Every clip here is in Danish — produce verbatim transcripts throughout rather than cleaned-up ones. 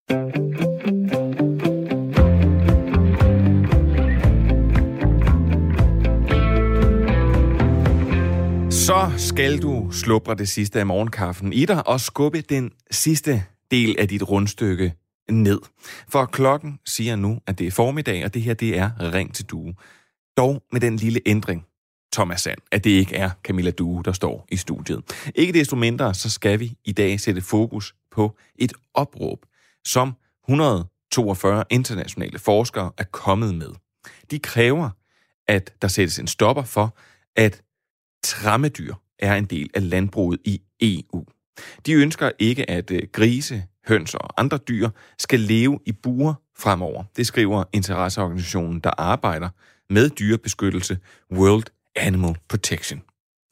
Så skal du slubre det sidste af morgenkaffen i dig og skubbe den sidste del af dit rundstykke ned. For klokken siger nu, at det er formiddag, og det her det er Ring til Due. Dog med den lille ændring, Thomas Sand, at det ikke er Camilla Due, der står i studiet. Ikke desto mindre, så skal vi i dag sætte fokus på et opråb, som et hundrede og toogfyrre internationale forskere er kommet med. De kræver, at der sættes en stopper for, at trammedyr er en del af landbruget i E U. De ønsker ikke, at grise, høns og andre dyr skal leve i bure fremover. Det skriver interesseorganisationen, der arbejder med dyrebeskyttelse, World Animal Protection.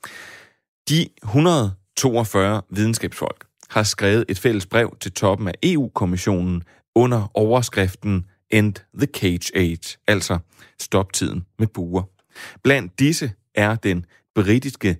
De et hundrede og toogfyrre videnskabsfolk har skrevet et fælles brev til toppen af E U-kommissionen under overskriften End the Cage Age, altså stoptiden med bure. Blandt disse er den britiske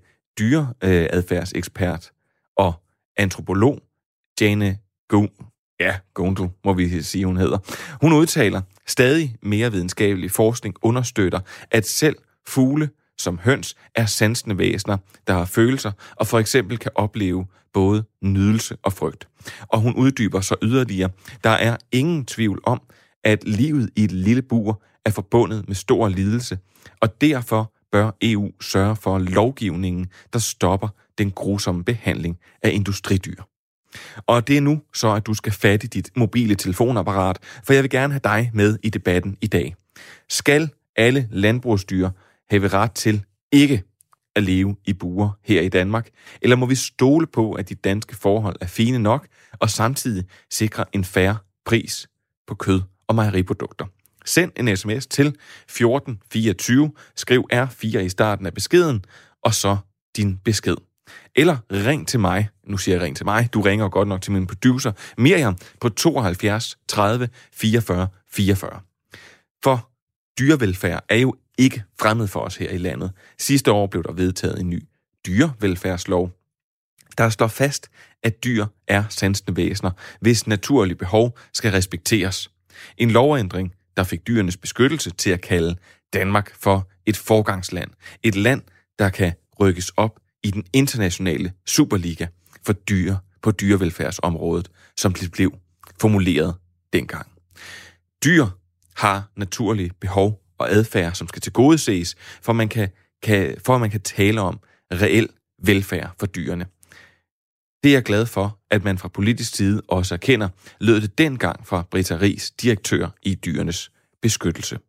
dyreadfærdsekspert og antropolog Jane Go- ja, Gondel, må vi sige, hun hedder. Hun udtaler, stadig mere videnskabelig forskning understøtter, at selv fugle som høns er sansende væsener, der har følelser og for eksempel kan opleve både nydelse og frygt. Og hun uddyber så yderligere, der er ingen tvivl om, at livet i et lille bur er forbundet med stor lidelse, og derfor bør E U sørge for lovgivningen, der stopper den grusomme behandling af industridyr. Og det er nu så, at du skal fatte dit mobile telefonapparat, for jeg vil gerne have dig med i debatten i dag. Skal alle landbrugsdyr have ret til ikke at leve i bure her i Danmark? Eller må vi stole på, at de danske forhold er fine nok, og samtidig sikre en fair pris på kød og mejeriprodukter? Send en sms til fjorten fireogtyve, skriv R fire i starten af beskeden, og så din besked. Eller ring til mig, nu siger jeg ring til mig, du ringer godt nok til min producer, Miriam, på tooghalvfjerds tredive fireogfyrre fireogfyrre. For dyrevelfærd er jo ikke fremmed for os her i landet. Sidste år blev der vedtaget en ny dyrevelfærdslov, der står fast, at dyr er sansende væsener, hvis naturlige behov skal respekteres. En lovændring, der fik dyrenes beskyttelse til at kalde Danmark for et forgangsland. Et land, der kan rykkes op i den internationale Superliga for dyr på dyrevelfærdsområdet, som det blev formuleret dengang. Dyr har naturlige behov og adfærd, som skal tilgodeses, for, man kan, kan, for at man kan tale om reel velfærd for dyrene. Det er jeg glad for, at man fra politisk side også erkender, lød det dengang fra Britta Riis, direktør i dyrenes beskyttelse,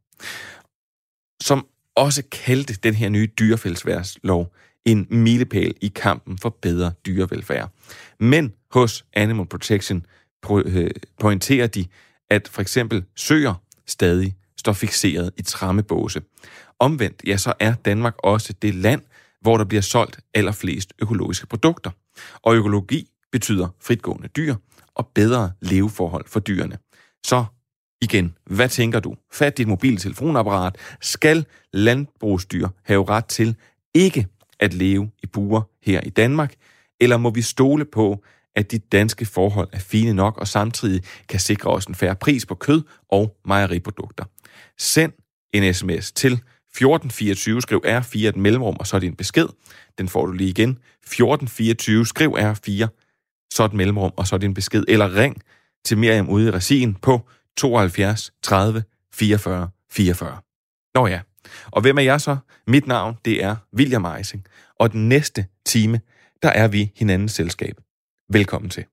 som også kaldte den her nye dyrevelfærdslov en milepæl i kampen for bedre dyrevelfærd. Men hos Animal Protection pointerer de, at for eksempel søer stadig står fikseret i trammebåse. Omvendt, ja, så er Danmark også det land, hvor der bliver solgt allerflest økologiske produkter. Og økologi betyder fritgående dyr og bedre leveforhold for dyrene. Så igen, hvad tænker du? Fat dit mobiltelefonapparat. Skal landbrugsdyr have ret til ikke at leve i bure her i Danmark? Eller må vi stole på, at de danske forhold er fine nok og samtidig kan sikre os en fair pris på kød og mejeriprodukter? Send en sms til fjorten fireogtyve, skriv R fire et mellemrum, og så er din besked. Den får du lige igen. fjorten fireogtyve, skriv R fire, så et mellemrum, og så er din besked. Eller ring til Miriam ude i regien på tooghalvfjerds tredive fireogfyrre fireogfyrre. Nå ja, og hvem er jeg så? Mit navn, det er William Eising, og den næste time, der er vi hinandens selskab. Velkommen til.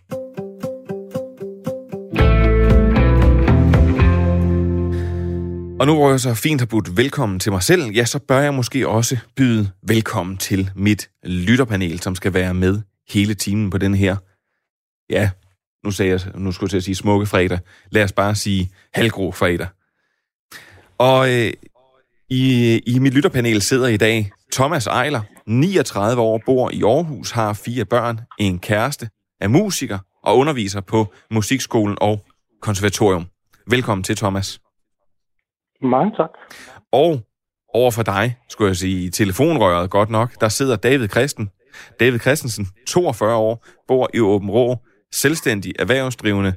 Og nu hvor jeg så fint har budt velkommen til mig selv, ja, så bør jeg måske også byde velkommen til mit lytterpanel, som skal være med hele timen på den her, ja, nu, sagde jeg, nu skulle jeg til at sige smukke fredag. Lad os bare sige halvgrå fredag. Og øh, i, i mit lytterpanel sidder i dag Thomas Eiler, niogtredive år, bor i Aarhus, har fire børn, en kæreste, er musiker og underviser på musikskolen og konservatorium. Velkommen til, Thomas. Mange tak. Og over for dig, skulle jeg sige, i telefonrøret godt nok, der sidder David Christen. David Christensen, toogfyrre år, bor i Aabenraa, selvstændig erhvervsdrivende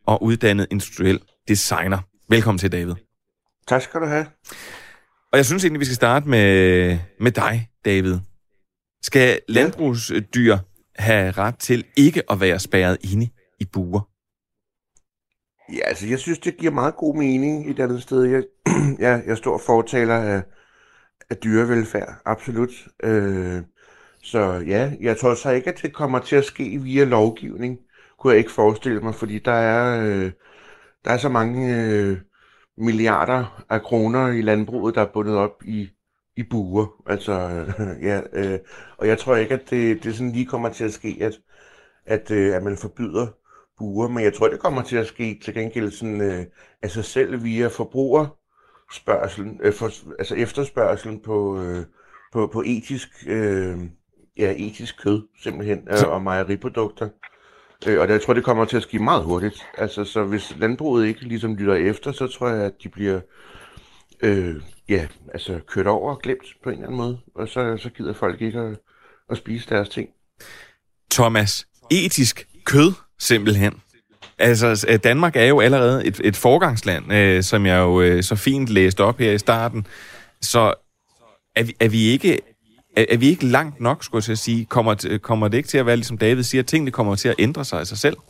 og uddannet industriel designer. Velkommen til, David. Tak skal du have. Og jeg synes egentlig, vi skal starte med, med dig, David. Skal landbrugsdyr have ret til ikke at være spærret inde i bure? Ja, altså jeg synes, det giver meget god mening et andet sted. Jeg, jeg, jeg er stor fortaler af, af dyrevelfærd, absolut. Øh, så ja, jeg tror så ikke, at det kommer til at ske via lovgivning. Kunne jeg ikke forestille mig, fordi der er, øh, der er så mange øh, milliarder af kroner i landbruget, der er bundet op i, i buer. Altså, øh, ja, øh, og jeg tror ikke, at det, det sådan lige kommer til at ske, at, at, øh, at man forbyder buer, men jeg tror, det kommer til at ske til gengæld sådan, øh, af sig selv via forbrugerspørgselen, øh, for, altså efterspørgselen på, øh, på, på etisk, øh, ja, etisk kød, simpelthen, øh, og mejeriprodukter. Øh, og jeg tror, det kommer til at ske meget hurtigt. Altså, så hvis landbruget ikke ligesom lytter efter, så tror jeg, at de bliver øh, ja, altså kørt over og glemt på en eller anden måde, og så, så gider folk ikke at, at spise deres ting. Thomas, etisk kød, simpelthen. Altså, Danmark er jo allerede et, et forgangsland, øh, som jeg jo øh, så fint læste op her i starten. Så er vi, er vi ikke er, er vi ikke langt nok, skulle jeg til at sige? Kommer, kommer det ikke til at være, ligesom David siger, at tingene kommer til at ændre sig af sig selv?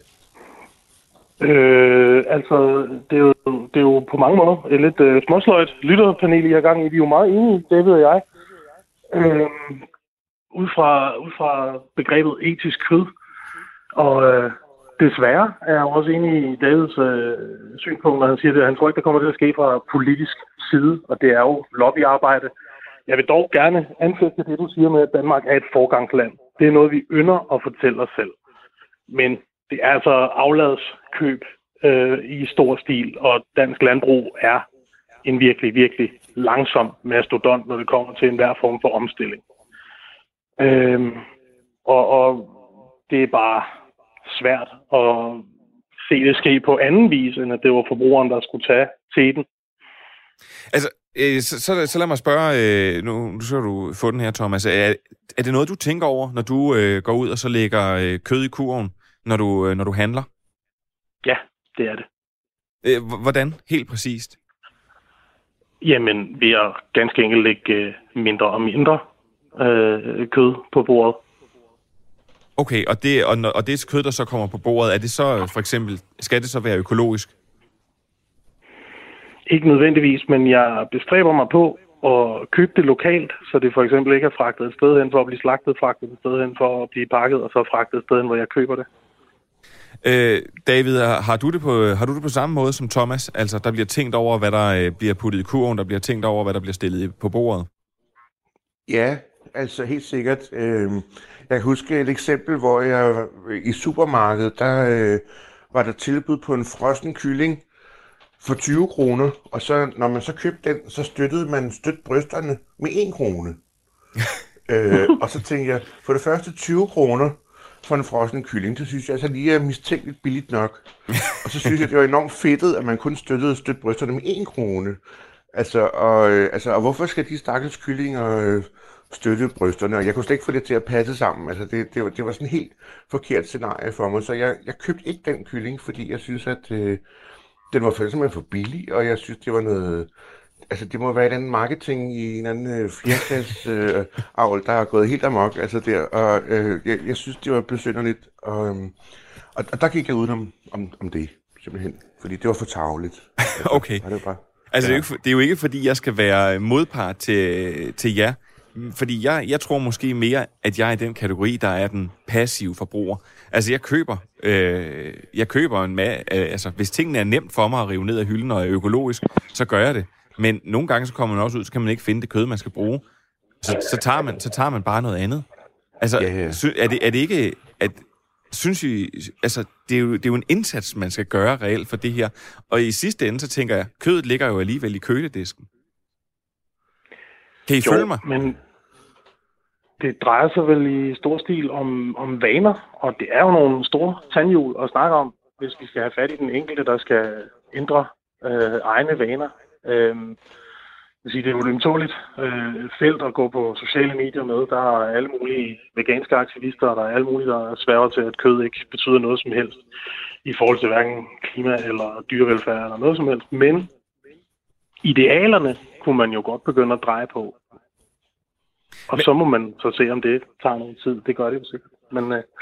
Øh, altså, det er, jo, det er jo på mange måder et lidt øh, småsløjt lytterpanel, I har gang i. Vi er jo meget enige, David og jeg. Øh, ud, fra, ud fra begrebet etisk kød. Og øh, desværre er jeg også enig i Davids øh, synspunkt, når han siger, at han tror ikke, der kommer til at ske fra politisk side, og det er jo lobbyarbejde. Jeg vil dog gerne anfæste det, du siger med, at Danmark er et forgangsland. Det er noget, vi ynder at fortælle os selv. Men det er altså afladskøb øh, i stor stil, og dansk landbrug er en virkelig, virkelig langsom mastodont, når det kommer til enhver form for omstilling. Øhm, og, og det er bare svært at se det ske på anden vis, end at det var forbrugeren, der skulle tage teten. Altså, øh, så, så, så lad mig spørge, øh, nu, nu skal du få den her, Thomas. Er, er det noget, du tænker over, når du øh, går ud og så lægger øh, kød i kurven, når du, øh, når du handler? Ja, det er det. Øh, hvordan? Helt præcist? Jamen, ved at ganske enkelt lægge øh, mindre og mindre øh, kød på bordet. Okay, og det, og, og det kød, der så kommer på bordet, er det så for eksempel, skal det så være økologisk? Ikke nødvendigvis, men jeg bestræber mig på at købe det lokalt, så det for eksempel ikke er fragtet et sted hen for at blive slagtet, fragtet et sted hen for at blive pakket, og så fragtet et sted hen, hvor jeg køber det. Øh, David, har du, det på, har du det på samme måde som Thomas? Altså, der bliver tænkt over, hvad der øh, bliver puttet i kurven, der bliver tænkt over, hvad der bliver stillet på bordet? Ja, altså helt sikkert. Øh, jeg kan huske et eksempel, hvor jeg i supermarkedet, der øh, var der tilbud på en frossen kylling for tyve kroner, og så når man så købte den, så støttede man støtte brysterne med en krone. øh, og så tænkte jeg, for det første tyve kroner for en frossen kylling, det synes jeg altså lige er mistænkeligt billigt nok. Og så synes jeg, det var enormt fedtet, at man kun støttede støtte brysterne med en krone. Altså, og, øh, altså, og hvorfor skal de stakkels kyllinger øh, støtte brysterne? Og jeg kunne slet ikke få det til at passe sammen. Altså, det, det, var, det var sådan et helt forkert scenarie for mig. Så jeg, jeg købte ikke den kylling, fordi jeg synes, at øh, den var simpelthen for billig, og jeg synes, det var noget... Altså, det må være en anden marketing i en anden øh, fjerklasse øh, avl, der er gået helt amok. Altså, der, og øh, jeg, jeg synes, det var besynderligt. Og, øh, og, og der gik jeg udenom om, om det, simpelthen. Fordi det var for tarveligt. Altså, okay. Det, bare, altså, ja. det, er jo ikke, det er jo ikke, fordi jeg skal være modpart til, til jer. Fordi jeg, jeg tror måske mere, at jeg er i den kategori, der er den passive forbruger. Altså, jeg køber, øh, jeg køber en ma- øh, altså, hvis tingene er nemt for mig at rive ned af hylden og er økologisk, så gør jeg det. Men nogle gange så kommer man også ud, så kan man ikke finde det kød, man skal bruge. Så, så, tager, man, så tager man bare noget andet. Altså, ja, ja. Sy, er, det, er det ikke... At, synes I... Altså, det er, jo, det er jo en indsats, man skal gøre reelt for det her. Og i sidste ende, så tænker jeg, kødet ligger jo alligevel i køledisken. Kan I jo, følge mig? Men det drejer sig vel i stor stil om, om vaner, og det er jo nogle store tandhjul at snakke om, hvis vi skal have fat i den enkelte, der skal ændre øh, egne vaner. Øh, det er jo et ømtåligt øh, felt at gå på sociale medier med. Der er alle mulige veganske aktivister, og der er alle mulige, der sværger til, at kød ikke betyder noget som helst. i forhold til hverken klima eller dyrevelfærd eller noget som helst. Men idealerne kunne man jo godt begynde at dreje på. Og men, så må man så se, om det tager noget tid. Det gør det jo sikkert. Men, øh...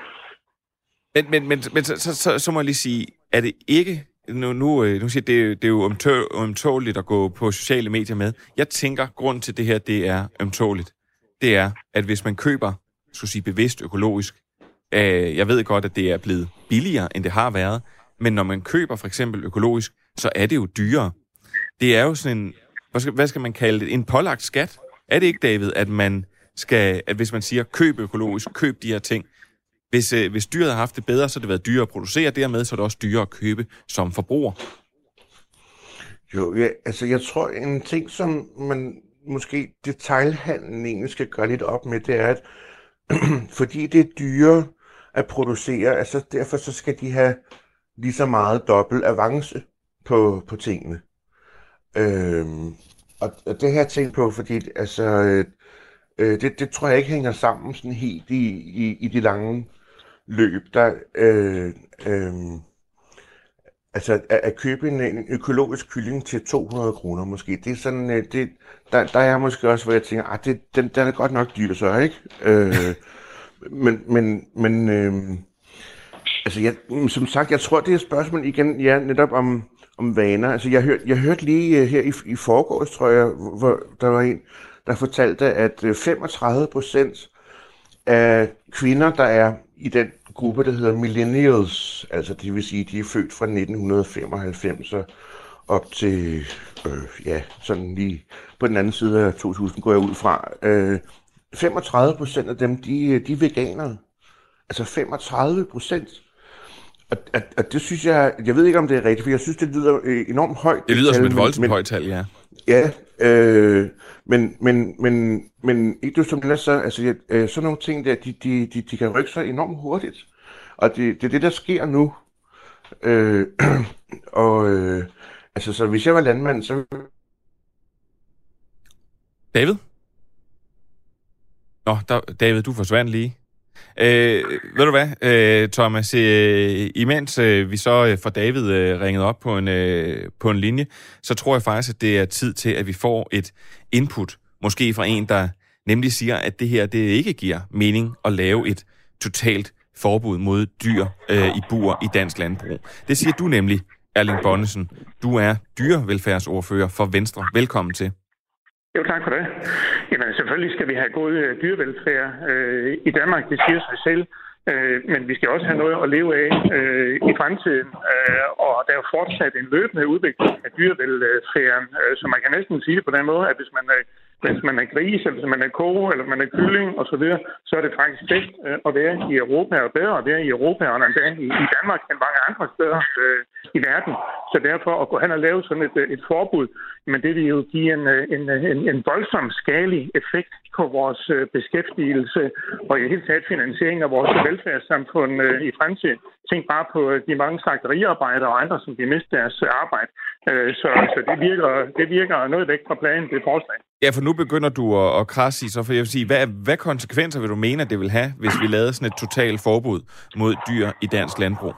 men, men, men, men så, så, så, så må jeg lige sige, er det ikke... Nu, nu, nu siger det, det er jo ømtåligt at gå på sociale medier med. Jeg tænker, grund til det her, det er ømtåligt. Det er, at hvis man køber, skulle sige bevidst økologisk, øh, jeg ved godt, at det er blevet billigere, end det har været, men når man køber for eksempel økologisk, så er det jo dyrere. Det er jo sådan en, hvad skal, hvad skal man kalde det, en pålagt skat. Er det ikke, David, at man skal, at hvis man siger, køb økologisk, køb de her ting, hvis, øh, hvis dyret har haft det bedre, så har det været dyrere at producere, dermed så er det også dyrere at købe som forbruger. Jo, ja, altså jeg tror, en ting, som man måske detailhandlen egentlig skal gøre lidt op med, det er, at fordi det er dyrere at producere, altså derfor så skal de have lige så meget dobbelt avance på, på tingene. Øhm, og, og det har jeg tænkt på, fordi altså, øh, det, det tror jeg ikke hænger sammen sådan helt i, i, i de lange løb. Der, øh, øh, altså at, at købe en, en økologisk kylling til to hundrede kroner måske, det er sådan, øh, det, der, der er måske også, hvor jeg tænker, ah, det, den, den er godt nok dyr så, ikke? Øh, men, men, men øh, altså jeg, som sagt, jeg tror, det er et spørgsmål igen, ja, netop om om vaner. Altså, jeg hørte, jeg hørte lige uh, her i, i forgårs, tror jeg, hvor der var en, der fortalte, at uh, femogtredive procent af kvinder, der er i den gruppe, der hedder millennials, altså det vil sige, de er født fra nitten femoghalvfems og op til, øh, ja, sådan lige på den anden side af to tusind går jeg ud fra. Øh, femogtredive procent af dem, de, de er veganere. Altså femogtredive procent. Og, og, og det synes jeg, jeg ved ikke om det er rigtigt, for jeg synes det lyder enormt højt. Det lyder som et voldsomt højt tal, ja. Ja, øh, men, men, men, men ikke desto mindre så, altså øh, sådan nogle ting der, de, de, de, de kan rykke sig enormt hurtigt. Og det, det er det, der sker nu. Øh, og øh, altså, så hvis jeg var landmand, så... David? Nå, der, David, du forsvandt lige. Øh, ved du hvad, øh, Thomas, øh, imens øh, vi så øh, får David øh, ringet op på en, øh, på en linje, så tror jeg faktisk, at det er tid til, at vi får et input, måske fra en, der nemlig siger, at det her det ikke giver mening at lave et totalt forbud mod dyr øh, i bur i dansk landbrug. Det siger du nemlig, Erling Bonnesen. Du er dyrevelfærdsordfører for Venstre. Velkommen til. Jo, tak for det. Jamen, selvfølgelig skal vi have god dyrevelfærd øh, i Danmark, det siger sig selv. Øh, men vi skal også have noget at leve af øh, i fremtiden. Øh, og der er jo fortsat en løbende udvikling af dyrevelfærden. Øh, så man kan næsten sige det på den måde, at hvis man er, hvis man er gris, eller hvis man er ko, eller hvis man er kylling osv., så er det faktisk bedst øh, at være i Europa, og bedre at være i Europa, og endda i, i Danmark end mange andre steder øh, i verden. Så derfor at gå hen og lave sådan et, et forbud, men det vil jo give en, en, en, en voldsom skadelig effekt på vores beskæftigelse og i hele taget finansiering af vores velfærdssamfund øh, i fremtiden. Tænk bare på de mange slagteriarbejdere og andre, som vil miste deres arbejde. Øh, så så det, virker, det virker noget væk fra planen, det forslag. Ja, for nu begynder du at, at krasse i, så for jeg vil sige, hvad, hvad konsekvenser vil du mene, at det vil have, hvis vi lavede sådan et totalt forbud mod dyr i dansk landbrug?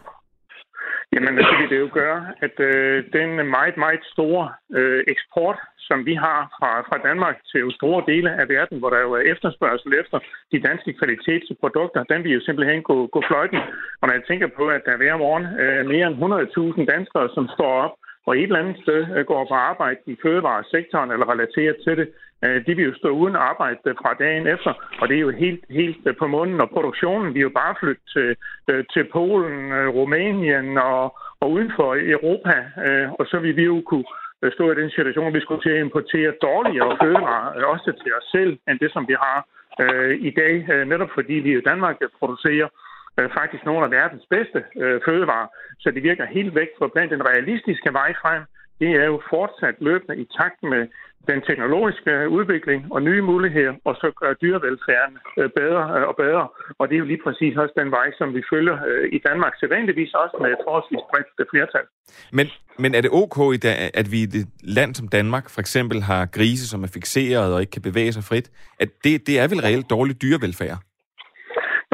Jamen, det vil det jo gøre, at øh, den meget, meget store øh, eksport, som vi har fra, fra Danmark til jo store dele af verden, hvor der jo er efterspørgsel efter de danske kvalitetsprodukter, den vil jo simpelthen gå, gå fløjten. Og når jeg tænker på, at der hver morgen er øh, mere end hundrede tusind danskere, som står op og et eller andet sted øh, går på arbejde i fødevaresektoren eller relateret til det, øh, de vil jo stå uden arbejde fra dagen efter, og det er jo helt, helt på munden, og produktionen vil jo bare flytte til, øh, til Polen, øh, Rumænien og, og uden for Europa, øh, og så vil vi jo kunne stå i den situation, at vi skulle til at importere dårligere fødevarer, øh, også til os selv, end det, som vi har øh, i dag, øh, netop fordi vi i Danmark producerer øh, faktisk nogle af verdens bedste øh, fødevarer, så det virker helt væk fra blandt den realistiske vej frem. Det er jo fortsat løbende i takt med den teknologiske udvikling og nye muligheder, og så gør dyrevelfærden bedre og bedre. Og det er jo lige præcis også den vej, som vi følger i Danmark, sædvanligvis også med et forholdsvis bredt flertal. Men, men er det ok, at vi i et land som Danmark for eksempel har grise, som er fikseret og ikke kan bevæge sig frit? At det, det er vel reelt dårlig dyrevelfærd? Og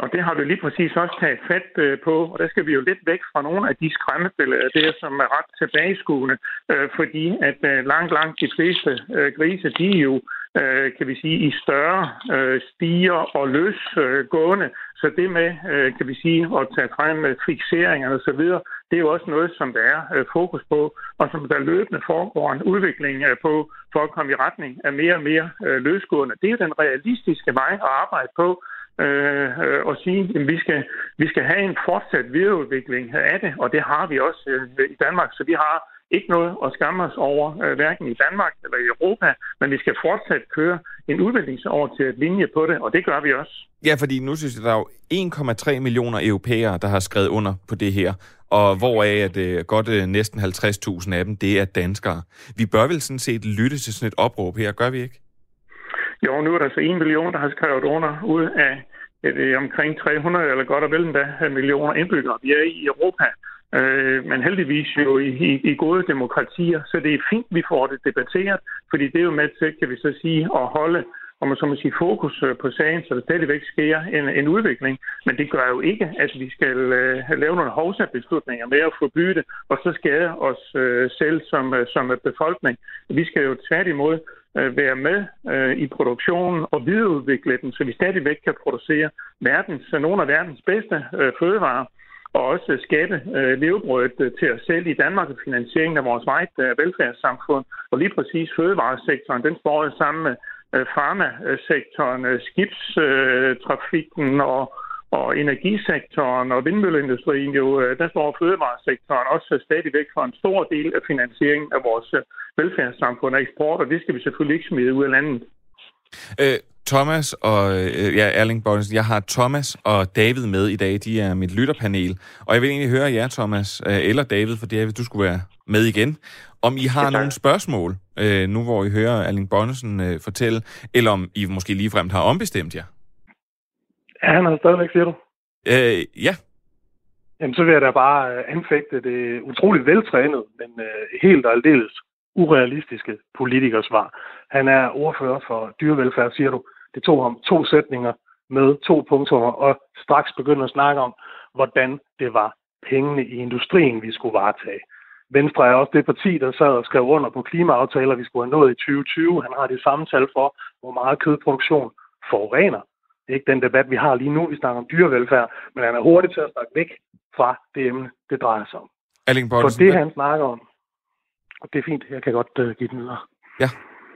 det har du lige præcis også taget fat på, og der skal vi jo lidt væk fra nogle af de skræmmebilleder der, som er ret tilbageskuende, fordi at langt, langt de fleste grise, de er jo, kan vi sige, i større stiger og løsgående. Så det med, kan vi sige, at tage frem fikseringer og så videre, det er jo også noget, som der er fokus på, og som der løbende foregår en udvikling på, for at komme i retning af mere og mere løsgående. Det er jo den realistiske vej at arbejde på, øh, og sige, at vi skal, vi skal have en fortsat videreudvikling af det, og det har vi også øh, i Danmark, så vi har ikke noget at skamme os over, øh, hverken i Danmark eller i Europa, men vi skal fortsat køre en udviklingsorienteret linje på det, og det gør vi også. Ja, fordi nu synes jeg, der er jo en komma tre millioner europæere, der har skrevet under på det her, og hvoraf at øh, godt øh, næsten halvtreds tusind af dem, det er danskere. Vi bør vel sådan set lytte til sådan et opråb her, gør vi ikke? Jo, nu er der så en million, der har skrevet under ud af et, omkring tre hundrede eller godt og vel endda millioner indbyggere. Vi er i Europa, øh, men heldigvis jo i, i, i gode demokratier, så det er fint, vi får det debatteret, fordi det er jo med til, kan vi så sige, at holde og man så må sige, fokus på sagen, så der stadigvæk sker en, en udvikling. Men det gør jo ikke, at vi skal uh, lave nogle hovsabeslutninger med at forbyde det, og så skade os uh, selv som, uh, som befolkning. Vi skal jo tværtimod uh, være med uh, i produktionen og videreudvikle den, så vi stadigvæk kan producere verdens, nogle af verdens bedste uh, fødevarer, og også skabe øh, levebrødet øh, til os selv i Danmark og finansieringen af vores eget øh, velfærdssamfund. Og lige præcis fødevaresektoren, den står jo sammen med øh, farmasektoren, øh, skibstrafikken øh, og, og energisektoren og vindmølleindustrien. Jo, øh, der står fødevaresektoren også stadigvæk for en stor del af finansieringen af vores øh, velfærdssamfund og eksport, og det skal vi selvfølgelig ikke smide ud af landet. Øh. Thomas og øh, ja, Erling Bonnesen, jeg har Thomas og David med i dag. De er mit lytterpanel. Og jeg vil egentlig høre jer, Thomas, øh, eller David, for David, du skulle være med igen, om I har ja, nogle spørgsmål, øh, nu hvor I hører Erling Bonnesen øh, fortælle, eller om I måske ligefremt har ombestemt jer. Ja, han har stadigvæk, siger du? Øh, ja. Jamen, så vil jeg da bare anfægte det utroligt veltrænet, men øh, helt og aldeles urealistiske politikersvar. Han er ordfører for dyrevelfærd, siger du. Det tog ham to sætninger med to punkter, og straks begyndte at snakke om, hvordan det var pengene i industrien, vi skulle varetage. Venstre er også det parti, der sad og skrev under på klimaaftaler, vi skulle have nået i tyve tyve. Han har det samme tal for, hvor meget kødproduktion forurener. Det er ikke den debat, vi har lige nu. Vi snakker om dyrevelfærd, men han er hurtig til at snakke væk fra det emne, det drejer sig om. Erling Bonnesen, for det, han snakker om, og det er fint, jeg kan godt uh, give den videre. Ja.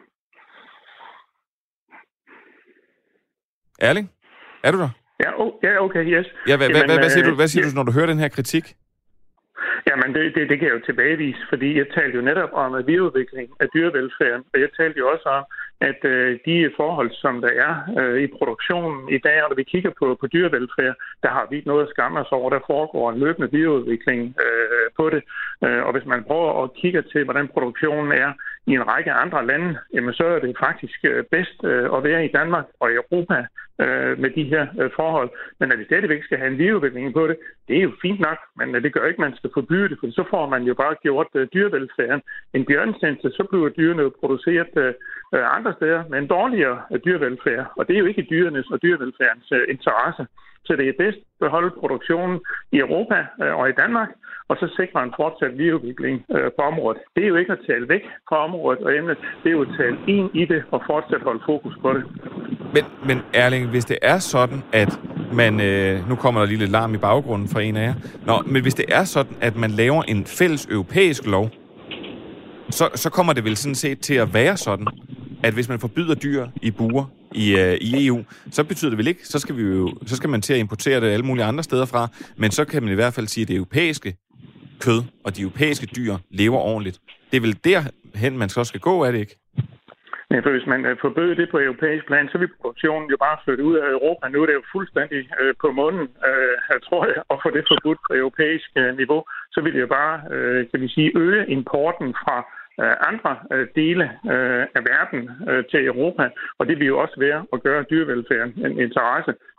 Erling, er du der? Ja, oh, ja okay, yes. Ja, hvad, Jamen, hvad, hvad siger, du, hvad siger ja. du, når du hører den her kritik? Jamen, det, det, det kan jeg jo tilbagevise, fordi jeg talte jo netop om videreudvikling af dyrevelfærden, og jeg talte jo også om, at øh, de forhold, som der er øh, i produktionen i dag, og når vi kigger på, på dyrevelfærd, der har vi ikke noget at skamme os over. Der foregår en løbende videreudvikling øh, på det. Øh, og hvis man prøver at kigge til, hvordan produktionen er i en række andre lande, jamen, så er det faktisk bedst øh, at være i Danmark og i Europa øh, med de her øh, forhold. Men at vi stadigvæk skal have en videreudvikling på det, det er jo fint nok, men øh, det gør ikke, at man skal forbyde det, for så får man jo bare gjort øh, dyrevelfærden en bjørnetjeneste, så bliver dyrene produceret øh, andre steder med en dårligere øh, dyrevelfærd. Og det er jo ikke dyrenes og dyrevelfærdens øh, interesse. Så det er bedst at beholde produktionen i Europa øh, og i Danmark, og så sikre en fortsat videreudvikling øh, på området. Det er jo ikke at tale væk fra området og emnet, det er jo at tale ind i det og fortsat holde fokus på det. Men, men Erling, hvis det er sådan, at man... Øh, nu kommer der lige lidt larm i baggrunden fra en af jer. Nå, men hvis det er sådan, at man laver en fælles europæisk lov, så, så kommer det vel sådan set til at være sådan, at hvis man forbyder dyr i bure i, øh, i E U, så betyder det vel ikke, så skal, vi jo, så skal man til at importere det alle mulige andre steder fra, men så kan man i hvert fald sige, at det europæiske kød og de europæiske dyr lever ordentligt. Det er vel derhen, man så skal gå, er det ikke? Ja, for hvis man forbød det på europæisk plan, så vil produktionen jo bare flytte ud af Europa. Nu er det jo fuldstændig øh, på munden, øh, tror jeg, at få det forbudt på europæisk øh, niveau. Så vil det jo bare, øh, kan vi sige, øge importen fra andre dele af verden til Europa, og det vil jo også være at gøre dyrevelfærden en interesse.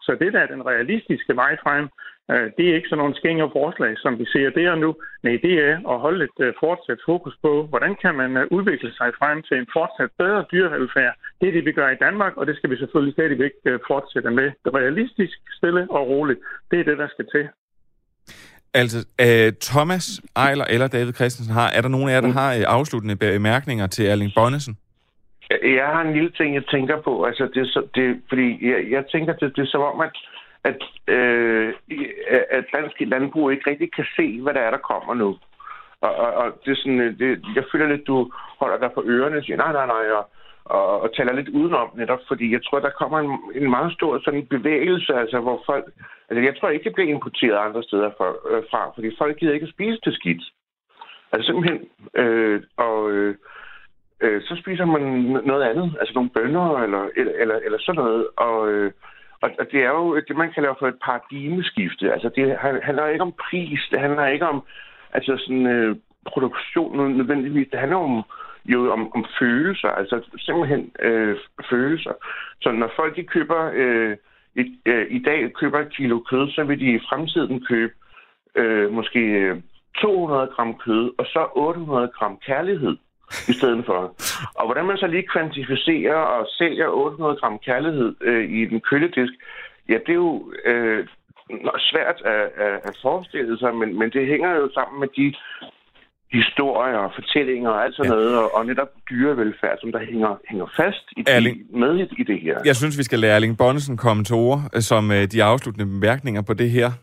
Så det, der er den realistiske vej frem, det er ikke sådan nogle skænger forslag, som vi ser der nu. Nej, det er at holde et fortsat fokus på, hvordan kan man udvikle sig frem til en fortsat bedre dyrevelfærd. Det er det, vi gør i Danmark, og det skal vi selvfølgelig stadigvæk fortsætte med. Det realistisk, stille og roligt. Det er det, der skal til. Altså, øh, Thomas Eiler eller David Christensen, har, er der nogen af jer, der har øh, afsluttende bemærkninger til Erling Bonnesen? Jeg har en lille ting, jeg tænker på. Altså, det, er så, det, fordi jeg, jeg tænker, det, det er som om, at, at, øh, at dansk landbrug ikke rigtig kan se, hvad der er, der kommer nu. Og, og, og det er sådan, det, jeg føler lidt, du holder dig på ørerne og siger, nej, nej, nej, og, og, og taler lidt udenom netop, fordi jeg tror, der kommer en, en meget stor sådan bevægelse, altså, hvor folk... Altså, jeg tror ikke, det bliver importeret andre steder for, øh, fra, fordi folk gider ikke at spise det skidt. Altså simpelthen, øh, og øh, øh, så spiser man noget andet, altså nogle bønner eller, eller, eller, eller sådan noget, og, øh, og, og det er jo det, man kalder for et paradigmeskifte. Altså, det handler ikke om pris, det handler ikke om altså sådan, øh, produktion nødvendigvis, det handler om, jo om, om følelser, altså simpelthen øh, følelser. Så når folk de køber... Øh, I, øh, I dag køber et kilo kød, så vil de i fremtiden købe øh, måske to hundrede gram kød, og så otte hundrede gram kærlighed i stedet for. Og hvordan man så lige kvantificerer og sælger otte hundrede gram kærlighed øh, i den køledisk, ja, det er jo øh, svært at, at, at forestille sig, men, men det hænger jo sammen med de historier og fortællinger og alt sådan ja. noget, og, og netop dyrevelfærd, som der hænger, hænger fast i Erling, de, med i, i det her. Jeg synes, vi skal lade Erling Bonnesen komme til ord som uh, de afsluttende bemærkninger på det her.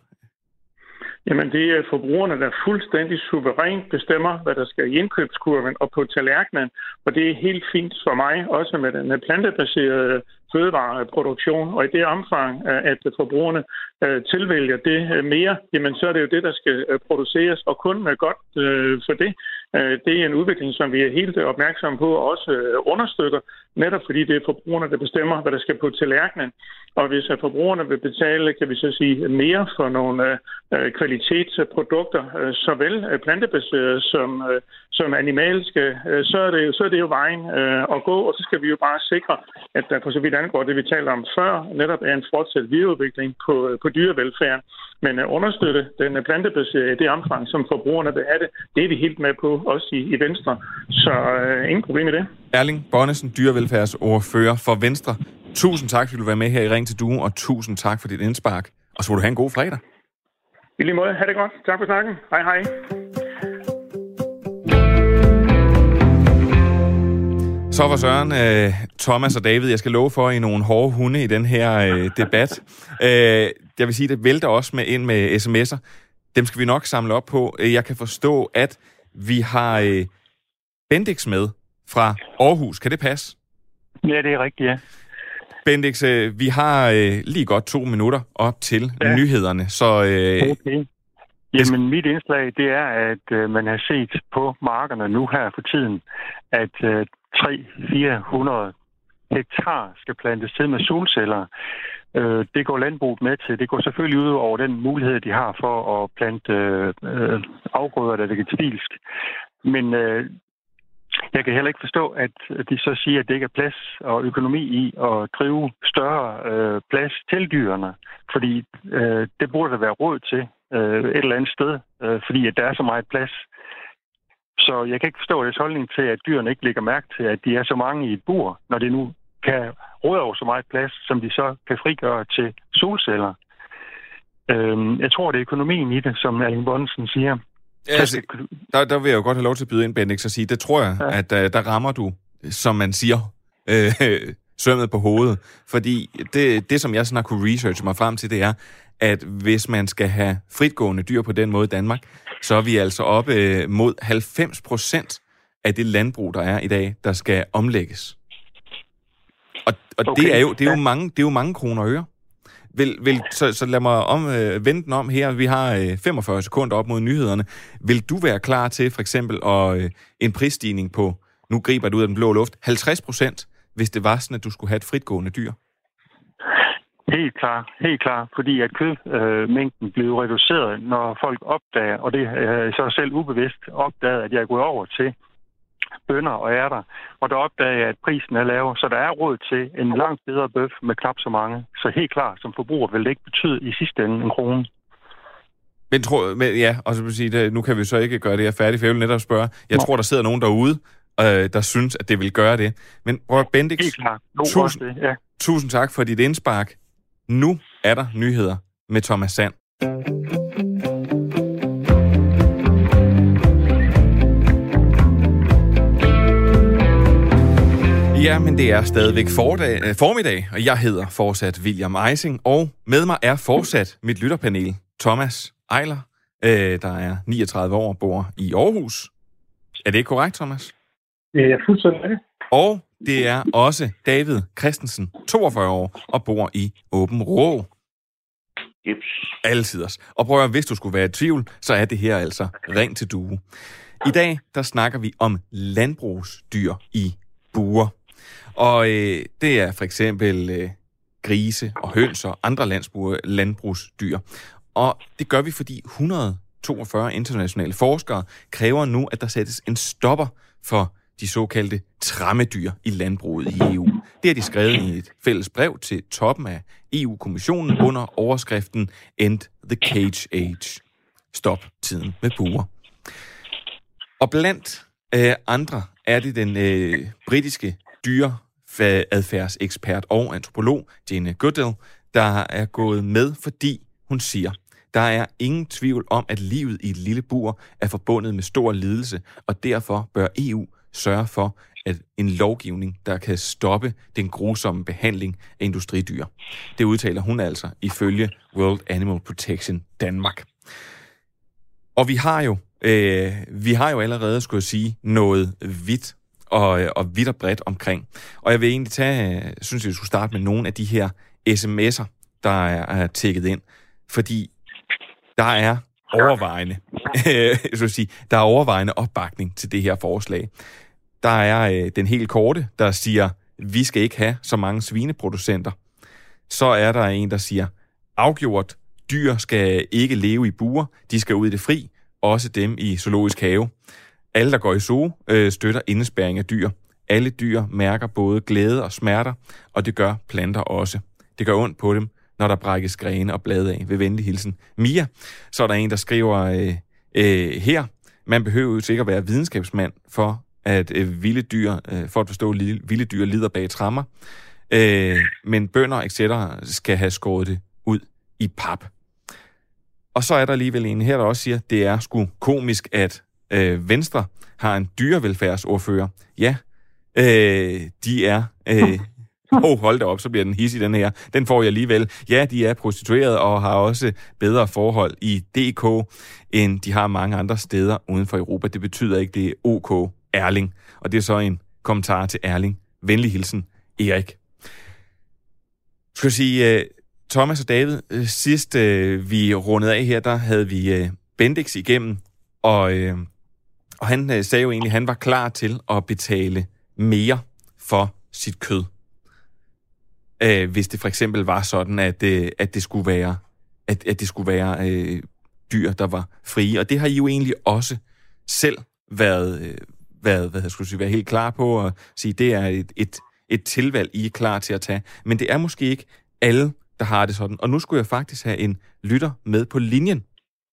Jamen, det er forbrugerne, der fuldstændig suverænt bestemmer, hvad der skal i indkøbskurven og på tallerkenen. Og det er helt fint for mig, også med den plantebaserede fødevareproduktion. Og i det omfang, at forbrugerne tilvælger det mere, jamen så er det jo det, der skal produceres, og kun med godt for det. Det er en udvikling, som vi er helt opmærksomme på og også understøtter, netop fordi det er forbrugerne, der bestemmer, hvad der skal på tallerkenen. Og hvis forbrugerne vil betale, kan vi så sige, mere for nogle kvalitetsprodukter, såvel plantebaserede som, som animalske, så er, det, så er det jo vejen at gå, og så skal vi jo bare sikre, at der for så vidt angår det, vi talte om før, netop er en fortsat videreudvikling på, på dyrevelfærd. Men understøtte den plantebaserede i det omfang, som forbrugerne vil have det, det er vi helt med på, også i, i Venstre. Så øh, ingen problem med det. Erling Bonnesen, dyrevelfærdsordfører for Venstre. Tusind tak, fordi du var med her i Ring til Due, og tusind tak for dit indspark. Og så må du have en god fredag. I lige måde. Ha' det godt. Tak for snakken. Hej hej. Så var Søren, øh, Thomas og David, jeg skal love for, I nogle hårde hunde i den her øh, debat. Øh, jeg vil sige, det vælter også med ind med sms'er. Dem skal vi nok samle op på. Jeg kan forstå, at vi har øh, Bendix med fra Aarhus. Kan det passe? Ja, det er rigtigt, ja. Bendix, øh, vi har øh, lige godt to minutter op til ja. nyhederne. Så, øh, okay. Jamen, mit indslag, det er, at øh, man har set på markerne nu her for tiden, at øh, tre til fire hundrede hektar skal plantes til med solceller. Øh, det går landbruget med til. Det går selvfølgelig ud over den mulighed, de har for at plante øh, afgrøder, der er vegetalsk. Men øh, jeg kan heller ikke forstå, at de så siger, at det ikke er plads og økonomi i at drive større øh, plads til dyrene. Fordi øh, det burde der være råd til øh, et eller andet sted, øh, fordi at der er så meget plads. Så jeg kan ikke forstå deres holdning til, at dyrene ikke lægger mærke til, at de er så mange i et bur, når det nu kan råde over så meget plads, som de så kan frigøre til solceller. Øhm, jeg tror, det er økonomien i det, som Erling Bonnesen siger. Ja, altså, der, der vil jeg jo godt have lov til at byde ind, Bendix, og sige, det tror jeg, ja. at uh, der rammer du, som man siger, øh, sømmet på hovedet. Fordi det, det, som jeg sådan har kunne researche mig frem til, det er, at hvis man skal have fritgående dyr på den måde i Danmark, så er vi altså oppe øh, mod halvfems procent af det landbrug, der er i dag, der skal omlægges. Og, og okay. det, er jo, det, er jo mange, det er jo mange kroner og øre. Vil, vil, så, så lad mig om, øh, vente den om her. Vi har øh, femogfyrre sekunder op mod nyhederne. Vil du være klar til for eksempel at, øh, en prisstigning på, nu griber du ud af den blå luft, halvtreds procent, hvis det var sådan, at du skulle have et fritgående dyr? Helt klar, helt klar, fordi at kødmængden øh, blev reduceret, når folk opdager, og det er så selv ubevidst opdaget, at jeg er gået over til bønner og ærter, og der opdager jeg, at prisen er lav, så der er råd til en langt bedre bøf med knap så mange. Så helt klart, som forbruger vil det ikke betyde i sidste ende en krone. Men, tror, men ja, og så vil sige, det, nu kan vi så ikke gøre det her færdigt, for jeg vil netop spørge. Jeg Nå. tror, der sidder nogen derude, øh, der synes, at det vil gøre det. Men Robert Bendix, helt klart. No, tusind, det, ja. tusind tak for dit indspark. Nu er der nyheder med Thomas Sand. Ja, men det er stadigvæk fordag, formiddag, og jeg hedder fortsat William Eising, og med mig er fortsat mit lytterpanel, Thomas Eiler, øh, der er niogtredive år, bor i Aarhus. Er det ikke korrekt, Thomas? Det er fuldstændig. Og det er også David Christensen, toogfyrre år, og bor i Åben Rå. Jeps. Altiders. Og prøv at, hvis du skulle være i tvivl, så er det her altså ring til due. I dag, der snakker vi om landbrugsdyr i buer. Og øh, det er for eksempel øh, grise og høns og andre landsbruger, landbrugsdyr. Og det gør vi, fordi et hundrede og toogfyrre internationale forskere kræver nu, at der sættes en stopper for de såkaldte træmmedyr i landbruget i E U. Det har de skrevet i et fælles brev til toppen af E U-kommissionen under overskriften End the Cage Age. Stop tiden med buer. Og blandt øh, andre er det den øh, britiske dyreadfærdsekspert og antropolog Jane Goodall, der er gået med, fordi hun siger, der er ingen tvivl om, at livet i et lille bur er forbundet med stor lidelse, og derfor bør E U sørge for at en lovgivning, der kan stoppe den grusomme behandling af industridyr. Det udtaler hun altså ifølge World Animal Protection Danmark. Og vi har jo, øh, vi har jo allerede, skulle jeg sige, noget vidt og, og vidt og bredt omkring. Og jeg vil egentlig tage, synes jeg, skulle starte med nogle af de her sms'er, der er, er tækket ind. Fordi der er overvejende, jeg skal sige, der er overvejende opbakning til det her forslag. Der er øh, den helt korte, der siger, vi skal ikke have så mange svineproducenter. Så er der en, der siger, afgjort, dyr skal ikke leve i buer, de skal ud i det fri, også dem i zoologisk have. Alle, der går i zoo, øh, støtter indespærring af dyr. Alle dyr mærker både glæde og smerter, og det gør planter også. Det gør ondt på dem, når der brækkes grene og blade af. Ved venlig hilsen Mia. Så er der en, der skriver øh, øh, her, man behøver jo sikkert være videnskabsmand for, at øh, vilde dyr, øh, for at forstå, at vilde dyr lider bag tremmer. Øh, men bønder et cetera skal have skåret det ud i pap. Og så er der alligevel en her, der også siger, det er sgu komisk, at øh, Venstre har en dyrevelfærdsordfører. Ja, øh, de er... Øh, Åh, oh, hold da op, så bliver den hissig, den her. Den får jeg alligevel. Ja, de er prostitueret og har også bedre forhold i D K, end de har mange andre steder uden for Europa. Det betyder ikke, det er OK Erling. Og det er så en kommentar til Erling. Venlig hilsen, Erik. Skal jeg sige, Thomas og David, sidst vi rundede af her, der havde vi Bendix igennem, og, og han sagde jo egentlig, at han var klar til at betale mere for sit kød. Øh, hvis det for eksempel var sådan, at, øh, at det skulle være, at, at det skulle være øh, dyr, der var frie. Og det har I jo egentlig også selv været, øh, været, hvad jeg skulle sige, været helt klar på at sige, det er et, et, et tilvalg, I er klar til at tage. Men det er måske ikke alle, der har det sådan. Og nu skulle jeg faktisk have en lytter med på linjen.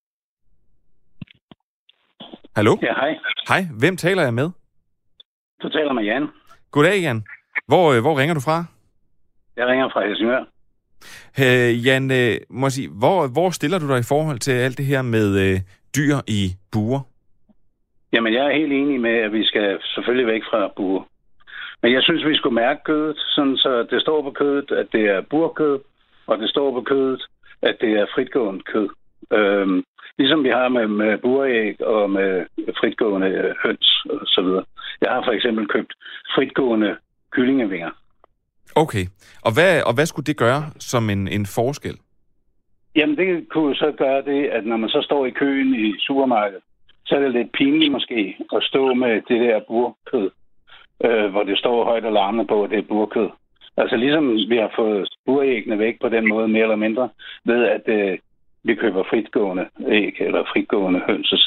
Hallo? Ja, hej. Hej, hvem taler jeg med? Du taler med Jan. Goddag, Jan. Hvor, øh, hvor ringer du fra? Jeg ringer fra Helsingør. Øh, Jan, øh, må jeg sige, hvor, hvor stiller du dig i forhold til alt det her med øh, dyr i buer? Jamen, jeg er helt enig med, at vi skal selvfølgelig væk fra buer. Men jeg synes, vi skulle mærke kødet, sådan så det står på kødet, at det er burkød, og det står på kødet, at det er fritgående kød. Øhm, ligesom vi har med, med buræg og med fritgående høns og så videre. Jeg har for eksempel købt fritgående kyllingevinger. Okay. Og hvad, og hvad skulle det gøre som en, en forskel? Jamen, det kunne så gøre det, at når man så står i køen i supermarkedet, så er det lidt pinligt måske at stå med det der burkød, øh, hvor det står højt og larmende på, at det er burkød. Altså ligesom vi har fået buræggene væk på den måde, mere eller mindre, ved at øh, vi køber fritgående æg eller fritgående hønsesæg.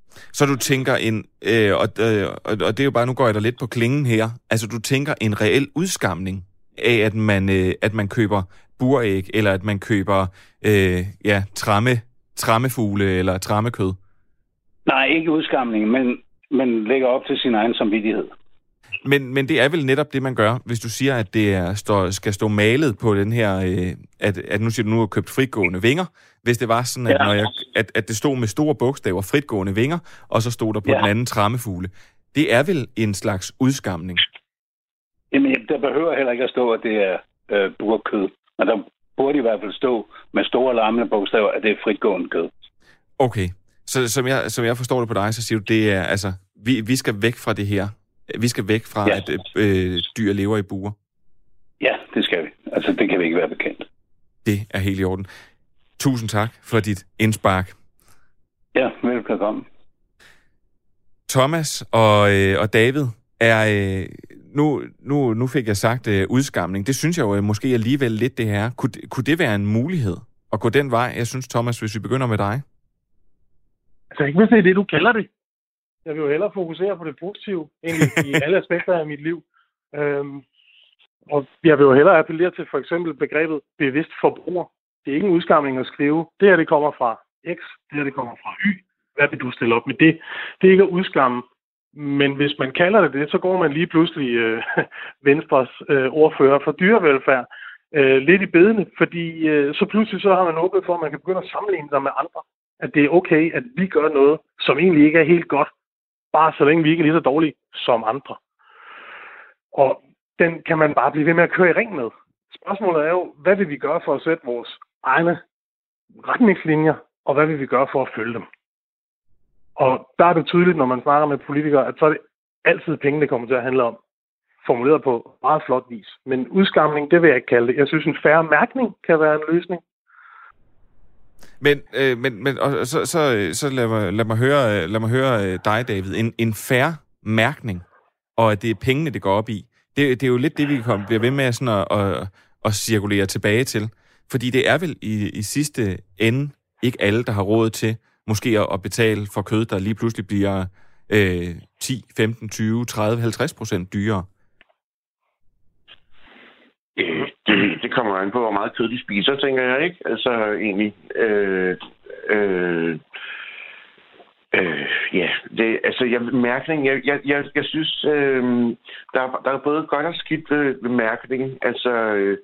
Så du tænker en, øh, og, øh, og det er jo bare, nu går jeg der lidt på klingen her, altså du tænker en reel udskamning af, at man, øh, at man køber buræg, eller at man køber øh, ja, tramme, trammefugle eller trammekød? Nej, ikke udskamning, men, men lægger op til sin egen samvittighed. Men, men det er vel netop det, man gør, hvis du siger, at det er, står, skal stå malet på den her, øh, at, at nu siger du, nu har købt fritgående vinger. Hvis det var sådan, at, ja. når jeg, at, at det stod med store bogstaver, fritgående vinger, og så stod der på ja. den anden trammefugle. Det er vel en slags udskamning? Jamen, der behøver heller ikke at stå, at det er øh, burkød. Men der burde i hvert fald stå med store larmende bogstaver, at det er fritgående kød. Okay. Så som jeg, som jeg forstår det på dig, så siger du, det er, altså, vi, vi skal væk fra det her. Vi skal væk fra, ja. at øh, dyr lever i buer. Ja, det skal vi. Altså, det kan vi ikke være bekendt. Det er helt i orden. Tusind tak for dit indspark. Ja, velkommen. Thomas og, øh, og David, er, øh, nu, nu, nu fik jeg sagt øh, udskamning. Det synes jeg jo øh, måske alligevel lidt det her. Kunne, kunne det være en mulighed at gå den vej? Jeg synes, Thomas, hvis vi begynder med dig. Altså ikke hvis det er det, du kalder det. Jeg vil jo hellere fokusere på det positive, egentlig i alle aspekter af mit liv. Øhm, og jeg vil jo hellere appellere til for eksempel begrebet bevidst forbruger. Det er ikke en udskamning at skrive. Det her, det kommer fra X. Det her, det kommer fra Y. Hvad vil du stille op med det? Det er ikke at udskamme. Men hvis man kalder det det, så går man lige pludselig øh, Venstres øh, ordfører for dyrevelfærd øh, lidt i bedene. Fordi øh, så pludselig så har man åbnet for, at man kan begynde at sammenligne sig med andre. At det er okay, at vi gør noget, som egentlig ikke er helt godt. Bare så længe vi ikke er lige så dårlige som andre. Og den kan man bare blive ved med at køre i ring med. Spørgsmålet er jo, hvad vil vi gøre for at sætte vores egne retningslinjer, og hvad vil vi gøre for at følge dem? Og der er det tydeligt, når man snakker med politikere, at så er det altid penge, det kommer til at handle om. Formuleret på meget flot vis. Men udskamning, det vil jeg ikke kalde det. Jeg synes, en fair mærkning kan være en løsning. Men, øh, men, men og så, så, så lad, mig, lad, mig høre, lad mig høre dig, David. En, en fair mærkning, og at det er pengene, det går op i. Det, det er jo lidt det, vi kommer, bliver ved med sådan at, at, at cirkulere tilbage til. Fordi det er vel i, i sidste ende ikke alle, der har råd til måske at betale for kød, der lige pludselig bliver øh, ti, femten, tyve, tredive, halvtreds procent dyrere. Det, det kommer an på, hvor meget kød de spiser, tænker jeg, ikke? Altså, egentlig. Øh, øh, øh, ja, det, altså, jeg, mærkning, jeg, jeg, jeg, jeg synes, øh, der, der er både godt og skidt ved, ved mærkning. Altså, øh,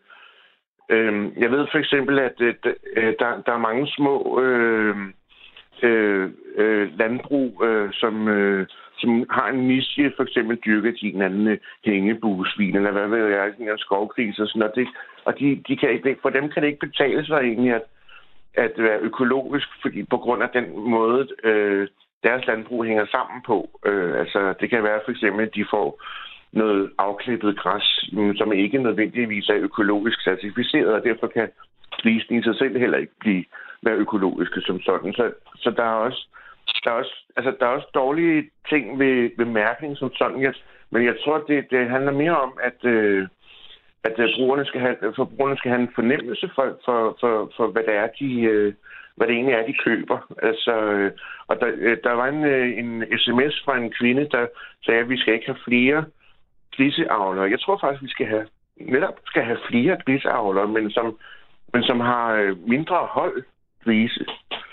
øh, jeg ved for eksempel, at øh, der, der er mange små øh, øh, øh, landbrug, øh, som... Øh, som har en niche, for eksempel dyrker de en anden øh, hængebuesvin, eller hvad ved jeg, en skovgris og sådan noget. Det, og de, de kan ikke, for dem kan det ikke betale sig egentlig at, at være økologisk, fordi på grund af den måde, øh, deres landbrug hænger sammen på. Øh, altså, det kan være for eksempel, at de får noget afklippet græs, som ikke nødvendigvis er økologisk certificeret, og derfor kan grisen i sig selv heller ikke blive være økologiske som sådan. Så, så der er også Der er, også, altså, der er også dårlige ting ved, ved mærkning som sådan, jeg, men jeg tror, det, det handler mere om, at, øh, at forbrugerne skal have, forbrugerne skal have en fornemmelse for, for, for, for hvad, det er, de, øh, hvad det egentlig er, de køber. Altså, øh, og der, øh, der var en, øh, en sms fra en kvinde, der sagde, at vi skal ikke have flere griseavlere. Jeg tror faktisk, vi skal have, netop skal have flere griseavlere, men som, men som har mindre hold grise.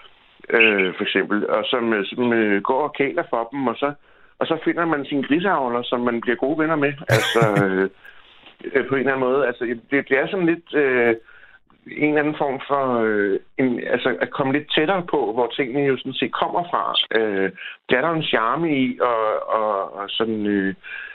Øh, for eksempel, og som, som øh, går og kæler for dem, og så, og så finder man sine griseavler, som man bliver gode venner med, altså øh, øh, på en eller anden måde. Altså, det, det er sådan lidt øh, en eller anden form for, øh, en, altså at komme lidt tættere på, hvor tingene jo sådan set kommer fra. Øh, det er der en charme i, og, og, og sådan, øh,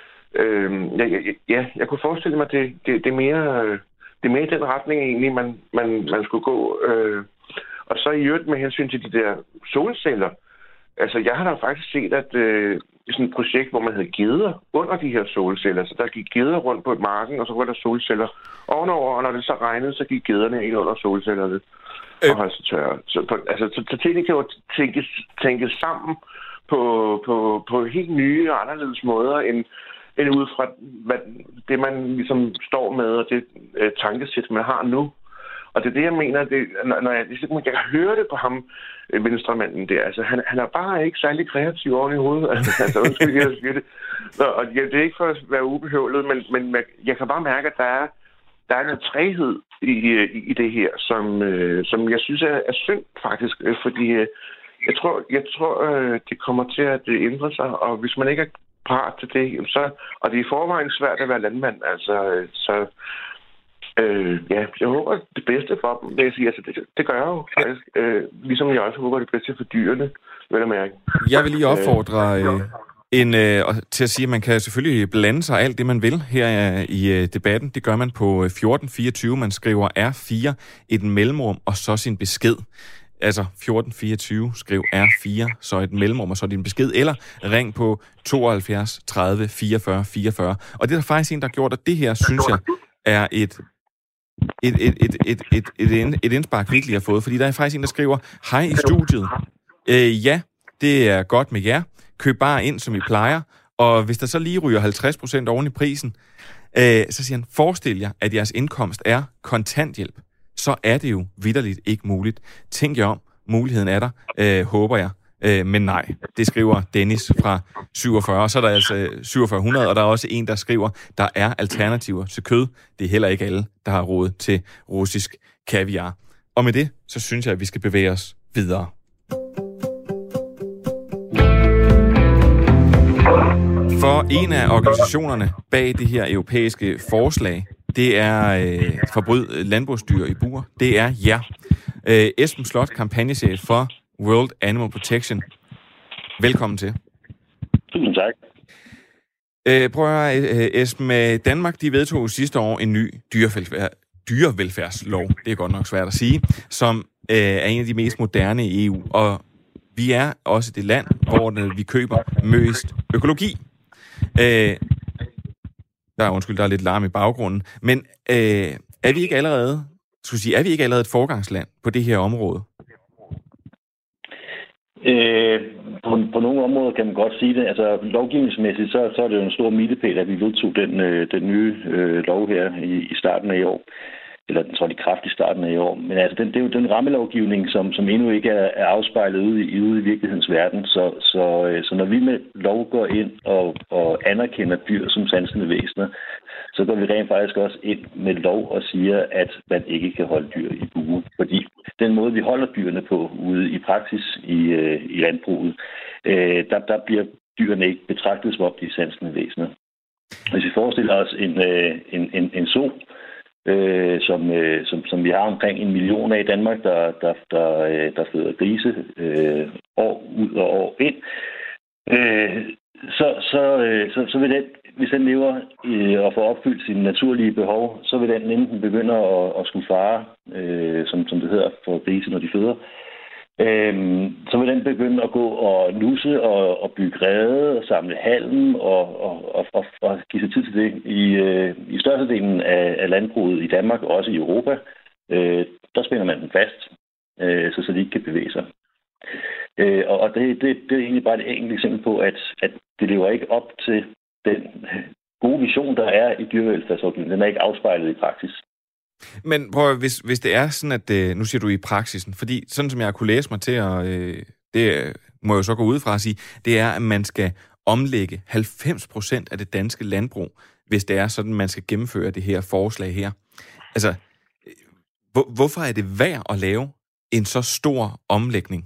øh, ja, ja, jeg kunne forestille mig, at det, det, det, er mere, det er mere i den retning egentlig, man, man, man skulle gå. Øh, Og så i øvrigt med hensyn til de der solceller. Altså, jeg har da faktisk set, at øh, sådan et projekt, hvor man havde geder under de her solceller. Så der gik geder rundt på et marken, og så var der solceller ovenover, og når det så regnede, så gik gederne ind under solcellerne øh. og holdt sig tørre. Så, på, altså, så, så tingene kan jo tænkes, tænkes sammen på, på, på helt nye og anderledes måder, end, end ud fra hvad, det, man ligesom står med, og det øh, tankesæt, man har nu. Og det er det, jeg mener, det, når, når jeg, jeg kan høre det på ham, venstremanden der. Altså, han, han er bare ikke særlig kreativ oven i hovedet. Altså, undskyld, jeg siger det. Nå, og ja, det er ikke for at være ubehøvlet, men, men jeg kan bare mærke, at der er, der er en træghed i, i, i det her, som, øh, som jeg synes er, er synd, faktisk. Fordi øh, jeg tror, jeg tror øh, det kommer til at ændre sig, og hvis man ikke er parat til det, så, og det er i forvejen svært at være landmand, altså, øh, så Øh, ja, jeg håber det bedste for dem, vil jeg sige. Altså, det, det gør jeg jo faktisk. Øh, ligesom jeg også håber det bedste for dyrene, vil jeg mærke. Jeg vil lige opfordre øh, en, øh, til at sige, at man kan selvfølgelig blande sig alt det, man vil her øh, i øh, debatten. Det gør man på fjorten fireogtyve. Man skriver R fire, et mellemrum, og så sin besked. Altså fjorten fireogtyve, skriv R fire, så et mellemrum, og så din besked. Eller ring på tooghalvfjerds tredive fireogfyrre fireogfyrre. Og det er der faktisk en, der har gjort, og det her, synes jeg, er et... Et, et, et, et, et, et, et indspark, vi ikke lige har fået, fordi der er faktisk en, der skriver, hej i studiet. Øh, ja, det er godt med jer. Køb bare ind, som I plejer. Og hvis der så lige ryger halvtreds procent oven i prisen, øh, så siger han, forestil jer, at jeres indkomst er kontanthjælp. Så er det jo vitterligt ikke muligt. Tænk jer om, muligheden er der, øh, håber jeg. Øh, men nej, det skriver Dennis fra syvogfyrre, og så er der altså syvogfyrre hundrede, og der er også en, der skriver, der er alternativer til kød. Det er heller ikke alle, der har råd til russisk kaviar. Og med det, så synes jeg, at vi skal bevæge os videre. For en af organisationerne bag det her europæiske forslag, det er øh, forbryd landbrugsdyr i bur. Det er jer. Øh, Esben Slot, kampagnechef for World Animal Protection. Velkommen til. Tusind tak. Øh, prøv at høre, Esben. Danmark, de vedtog sidste år en ny dyrevelfærd, dyrevelfærdslov, det er godt nok svært at sige, som øh, er en af de mest moderne i E U. Og vi er også det land, hvor vi køber mest økologi. Øh, der er, undskyld, der er lidt larm i baggrunden. Men øh, er vi ikke allerede, skulle sige, er vi ikke allerede et forgangsland på det her område? Øh, på, på nogle områder kan man godt sige det. Altså lovgivningsmæssigt, så, så er det jo en stor milepæl, at vi vedtog den, øh, den nye øh, lov her i, i starten af i år. Eller den trådte i kraft i starten af i år. Men altså, den, det er jo den rammelovgivning, som, som endnu ikke er, er afspejlet ude i, ude i virkelighedens verden. Så, så, øh, så når vi med lov går ind og, og anerkender dyr som sansende væsener, så går vi rent faktisk også ind med lov og siger, at man ikke kan holde dyr i bure. Fordi den måde, vi holder dyrene på ude i praksis i, øh, i landbruget, øh, der, der bliver dyrene ikke betragtet som op de sansende væsener. Hvis vi forestiller os en, øh, en, en, en so, øh, som, øh, som, som vi har omkring en million af i Danmark, der, der, der, øh, der føder grise øh, år ud og år ind, øh, så, så, øh, så, så vil den, hvis den lever øh, og får opfyldt sine naturlige behov, så vil den enten begynde at, at skulle fare, øh, som, som det hedder for grise, når de føder. Øh, så vil den begynde at gå og nusse og, og bygge rede og samle halm og, og, og, og, og give sig tid til det. I, øh, i størstedelen af, af landbruget i Danmark og også i Europa, øh, der spænder man den fast, øh, så, så de ikke kan bevæge sig. Øh, og det, det, det er egentlig bare et enkelt eksempel på, at, at det lever ikke op til den gode vision, der er i dyrevelfærdslovgivningen. Den er ikke afspejlet i praksis. Men prøv, hvis, hvis det er sådan, at nu siger du i praksisen, fordi sådan som jeg kunne læse mig til, og øh, det må jeg jo så gå ud fra at sige, det er, at man skal omlægge halvfems procent af det danske landbrug, hvis det er sådan, man skal gennemføre det her forslag her. Altså, hvor, hvorfor er det værd at lave en så stor omlægning?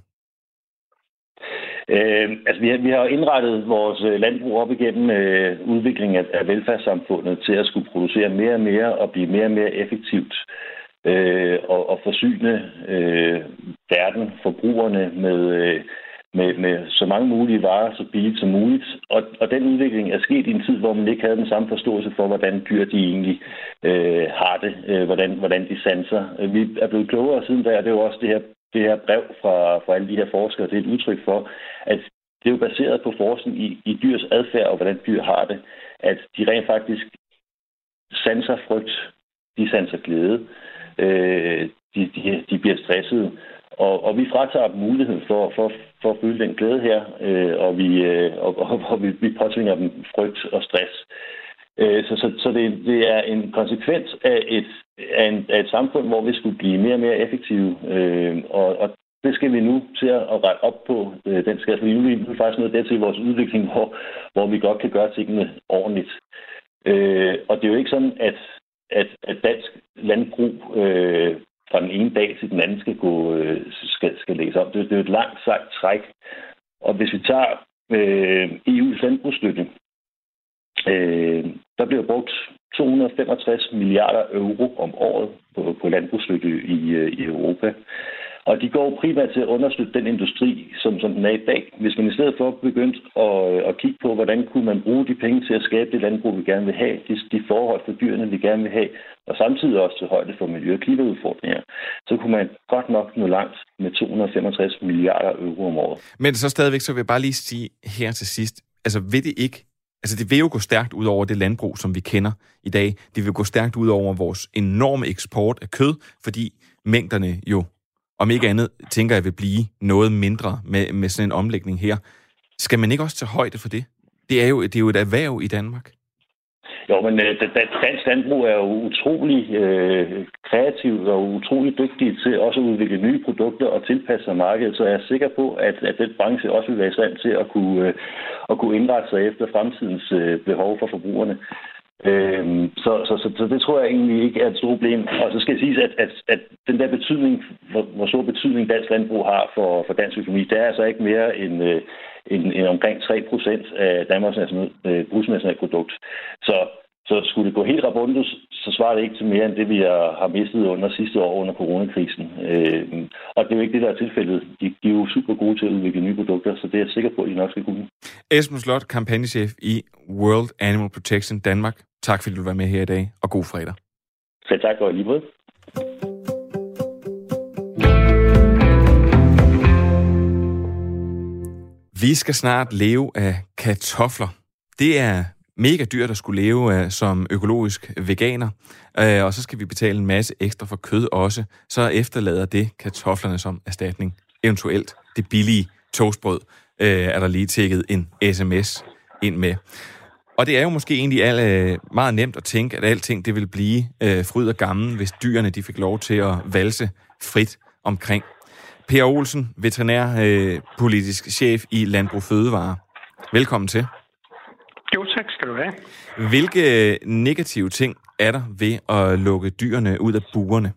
Øh, altså, vi har, vi har indrettet vores landbrug op igennem øh, udviklingen af, af velfærdssamfundet til at skulle producere mere og mere og blive mere og mere effektivt øh, og, og forsyne øh, verden, forbrugerne med, øh, med, med så mange mulige varer så billigt som muligt. Og, og den udvikling er sket i en tid, hvor man ikke havde den samme forståelse for, hvordan dyr de egentlig øh, har det, øh, hvordan, hvordan de sanser. Vi er blevet klogere siden der, det er jo også det her Det her brev fra, fra alle de her forskere, det er et udtryk for, at det er jo baseret på forskning i, i dyrs adfærd og hvordan dyr har det, at de rent faktisk sanser frygt, de sanser glæde, øh, de, de, de bliver stressede, og, og vi fratager dem muligheden for, for, for at føle den glæde her, øh, og, vi, øh, og, og, og vi, vi påtvinger dem frygt og stress. Så, så, så det, det er en konsekvens af et, af, en, af et samfund, hvor vi skulle blive mere og mere effektive. Og, og det skal vi nu til at rette op på, den skal. Fordi nu er vi faktisk nået dertil i vores udvikling, hvor, hvor vi godt kan gøre tingene ordentligt. Og det er jo ikke sådan, at, at, at dansk landbrug øh, fra den ene dag til den anden skal, gå, øh, skal, skal lægges op. Det, det er jo et langt sejt træk. Og hvis vi tager øh, E U's landbrugsstøtte, øh, der bliver brugt to hundrede og femogtres milliarder euro om året på, på landbrugsstøtte i, øh, i Europa. Og de går primært til at understøtte den industri, som, som den er i dag. Hvis man i stedet for begyndte at, at kigge på, hvordan kunne man bruge de penge til at skabe det landbrug, vi gerne vil have, de, de forhold for dyrene, vi gerne vil have, og samtidig også til højde for miljø- og klimaudfordringer, så kunne man godt nok nå langt med to hundrede og femogtres milliarder euro om året. Men så stadigvæk, så vil jeg bare lige sige her til sidst, altså vil det ikke, altså det vil jo gå stærkt ud over det landbrug, som vi kender i dag. Det vil gå stærkt ud over vores enorme eksport af kød, fordi mængderne jo om ikke andet, tænker jeg, vil blive noget mindre med, med sådan en omlægning her. Skal man ikke også tage højde for det? Det er jo, det er jo et erhverv i Danmark. Jo, men øh, dansk landbrug er jo utrolig øh, kreativt og utrolig dygtig til også at udvikle nye produkter og tilpasse sig markedet, så jeg er sikker på, at, at den branche også vil være i stand til at kunne, øh, at kunne indrette sig efter fremtidens øh, behov for forbrugerne. Øhm, så, så, så, så det tror jeg egentlig ikke er et stort problem. Og så skal jeg sige, at, at, at den der betydning, hvor, hvor stor betydning dansk landbrug har for, for dansk økonomi, det er altså ikke mere end, øh, end, end omkring tre procent af Danmarks øh, bruttonationalprodukt. Så, så skulle det gå helt rabundus, så svarer det ikke til mere end det, vi har, har mistet under sidste år under coronakrisen. Øh, og det er jo ikke det, der er tilfældet. De, de er jo super gode til at udvikle nye produkter, så det er jeg sikker på, at de nok skal kunne. Esben Slot, kampagnechef i World Animal Protection Danmark. Tak fordi du var med her i dag, og god fredag. Selv tak, og lige måde. Vi skal snart leve af kartofler. Det er mega dyrt at skulle leve af som økologisk veganer, øh, og så skal vi betale en masse ekstra for kød også. Så efterlader det kartoflerne som erstatning. Eventuelt det billige toastbrød øh, er der lige tækket en sms ind med. Og det er jo måske egentlig alle, meget nemt at tænke, at alting det vil blive øh, fryd og gammel, hvis dyrene de fik lov til at valse frit omkring. Per Olsen, veterinærpolitisk øh, chef i Landbrug Fødevare. Velkommen til. Jo, tak skal du have. Hvilke negative ting er der ved at lukke dyrene ud af burene?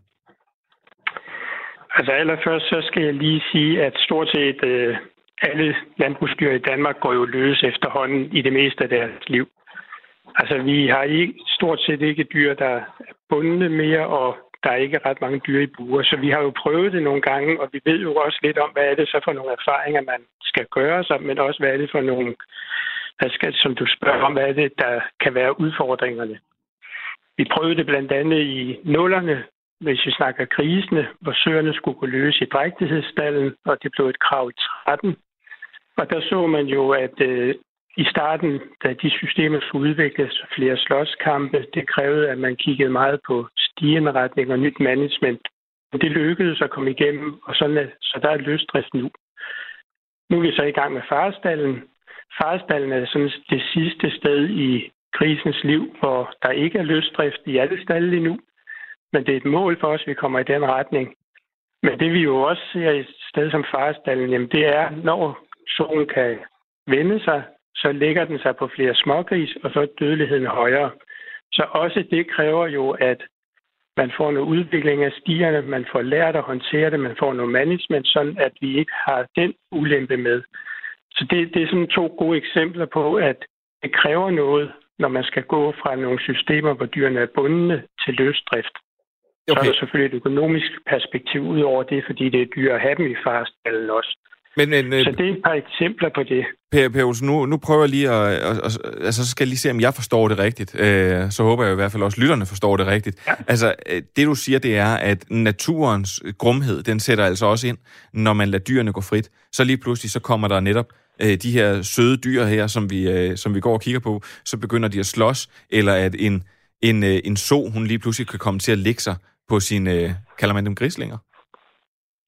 Altså allerførst så skal jeg lige sige, at stort set øh, alle landbrugsdyr i Danmark går jo løs efterhånden i det meste af deres liv. Altså vi har ikke, stort set ikke dyr, der er bundne mere, og der er ikke ret mange dyr i buer. Så vi har jo prøvet det nogle gange, og vi ved jo også lidt om, hvad er det så for nogle erfaringer, man skal gøre sig, men også hvad er det for nogle, hvad skal, som du spørger om, hvad er det, der kan være udfordringerne. Vi prøvede det blandt andet i nullerne, hvis vi snakker grisene, hvor søerne skulle gå løs i drægtighedsstallen, og det blev et krav i tretten. Og der så man jo, at øh, i starten, da de systemer skulle udvikles, flere slåskampe, det krævede, at man kiggede meget på stigeindretning og nyt management. Men det lykkedes at komme igennem, og sådan er, så der er løsdrift nu. Nu er vi så i gang med farestallen. Farestallen er sådan det sidste sted i grisens liv, hvor der ikke er løsdrift i alle stalle endnu. Men det er et mål for os, at vi kommer i den retning. Men det vi jo også ser i et sted som farestallen, jamen det er, når solen kan vende sig, så lægger den sig på flere smågris, og så er dødeligheden højere. Så også det kræver jo, at man får noget udvikling af stierne, man får lært at håndtere det, man får noget management, sådan at vi ikke har den ulempe med. Så det, det er sådan to gode eksempler på, at det kræver noget, når man skal gå fra nogle systemer, hvor dyrene er bundne til løsdrift. Okay. Så er der selvfølgelig et økonomisk perspektiv ud over det, fordi det er dyrt at have dem i farestallen også. Men, men, så det er et par eksempler på det. Per, per Olsen, nu, nu prøver jeg lige at, at, at... Altså, så skal jeg lige se, om jeg forstår det rigtigt. Øh, så håber jeg i hvert fald også, at lytterne forstår det rigtigt. Ja. Altså, det du siger, det er, at naturens grumhed, den sætter altså også ind, når man lader dyrene gå frit. Så lige pludselig, så kommer der netop øh, de her søde dyr her, som vi, øh, som vi går og kigger på, så begynder de at slås, eller at en, en, øh, en so, hun lige pludselig kan komme til at lægge sig på sine, øh, kalder man dem grislinger?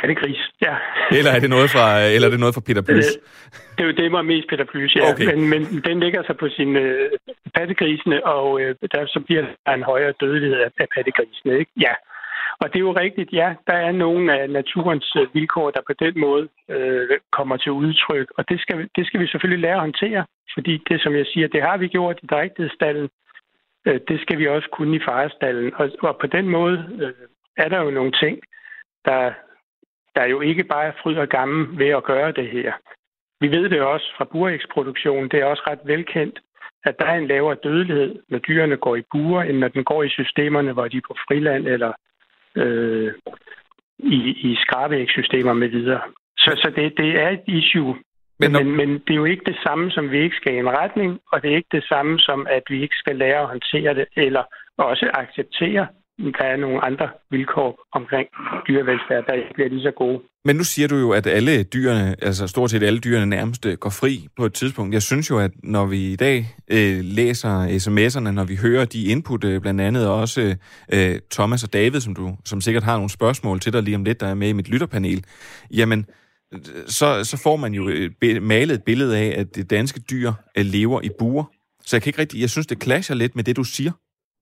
pattegris, ja. Eller er det noget fra, eller er det noget fra Peter Plys? Det, det var mest Peter Plys, ja. Okay. Men, men den ligger sig på sine øh, pattegrisene, og øh, der, så bliver der en højere dødelighed af, af pattegrisene, ikke? Ja. Og det er jo rigtigt, ja. Der er nogle af naturens øh, vilkår, der på den måde øh, kommer til udtryk, og det skal, det skal vi selvfølgelig lære at håndtere, fordi det, som jeg siger, det har vi gjort i drægtighedsstalden. Øh, det skal vi også kunne i farestalden, og, og på den måde øh, er der jo nogle ting, der, der jo ikke bare er fryd og gammel ved at gøre det her. Vi ved det også fra burægsproduktionen, det er også ret velkendt, at der er en lavere dødelighed, når dyrene går i bure, end når den går i systemerne, hvor de er på friland eller øh, i, i skrabeægsystemer med videre. Så, så det, det er et issue, men, når... men, men det er jo ikke det samme, som vi ikke skal i en retning, og det er ikke det samme, som at vi ikke skal lære at håndtere det, eller også acceptere, der er nogle andre vilkår omkring dyrevelfærd, der ikke bliver lige så gode. Men nu siger du jo, at alle dyrene, altså stort set alle dyrene nærmest går fri på et tidspunkt. Jeg synes jo, at når vi i dag øh, læser sms'erne, når vi hører de input, øh, blandt andet også øh, Thomas og David, som du som sikkert har nogle spørgsmål til dig lige om lidt, der er med i mit lytterpanel, jamen så, så får man jo et, malet et billede af, at det danske dyr øh, lever i bure. Så jeg kan ikke rigtig, jeg synes, det clasher lidt med det, du siger.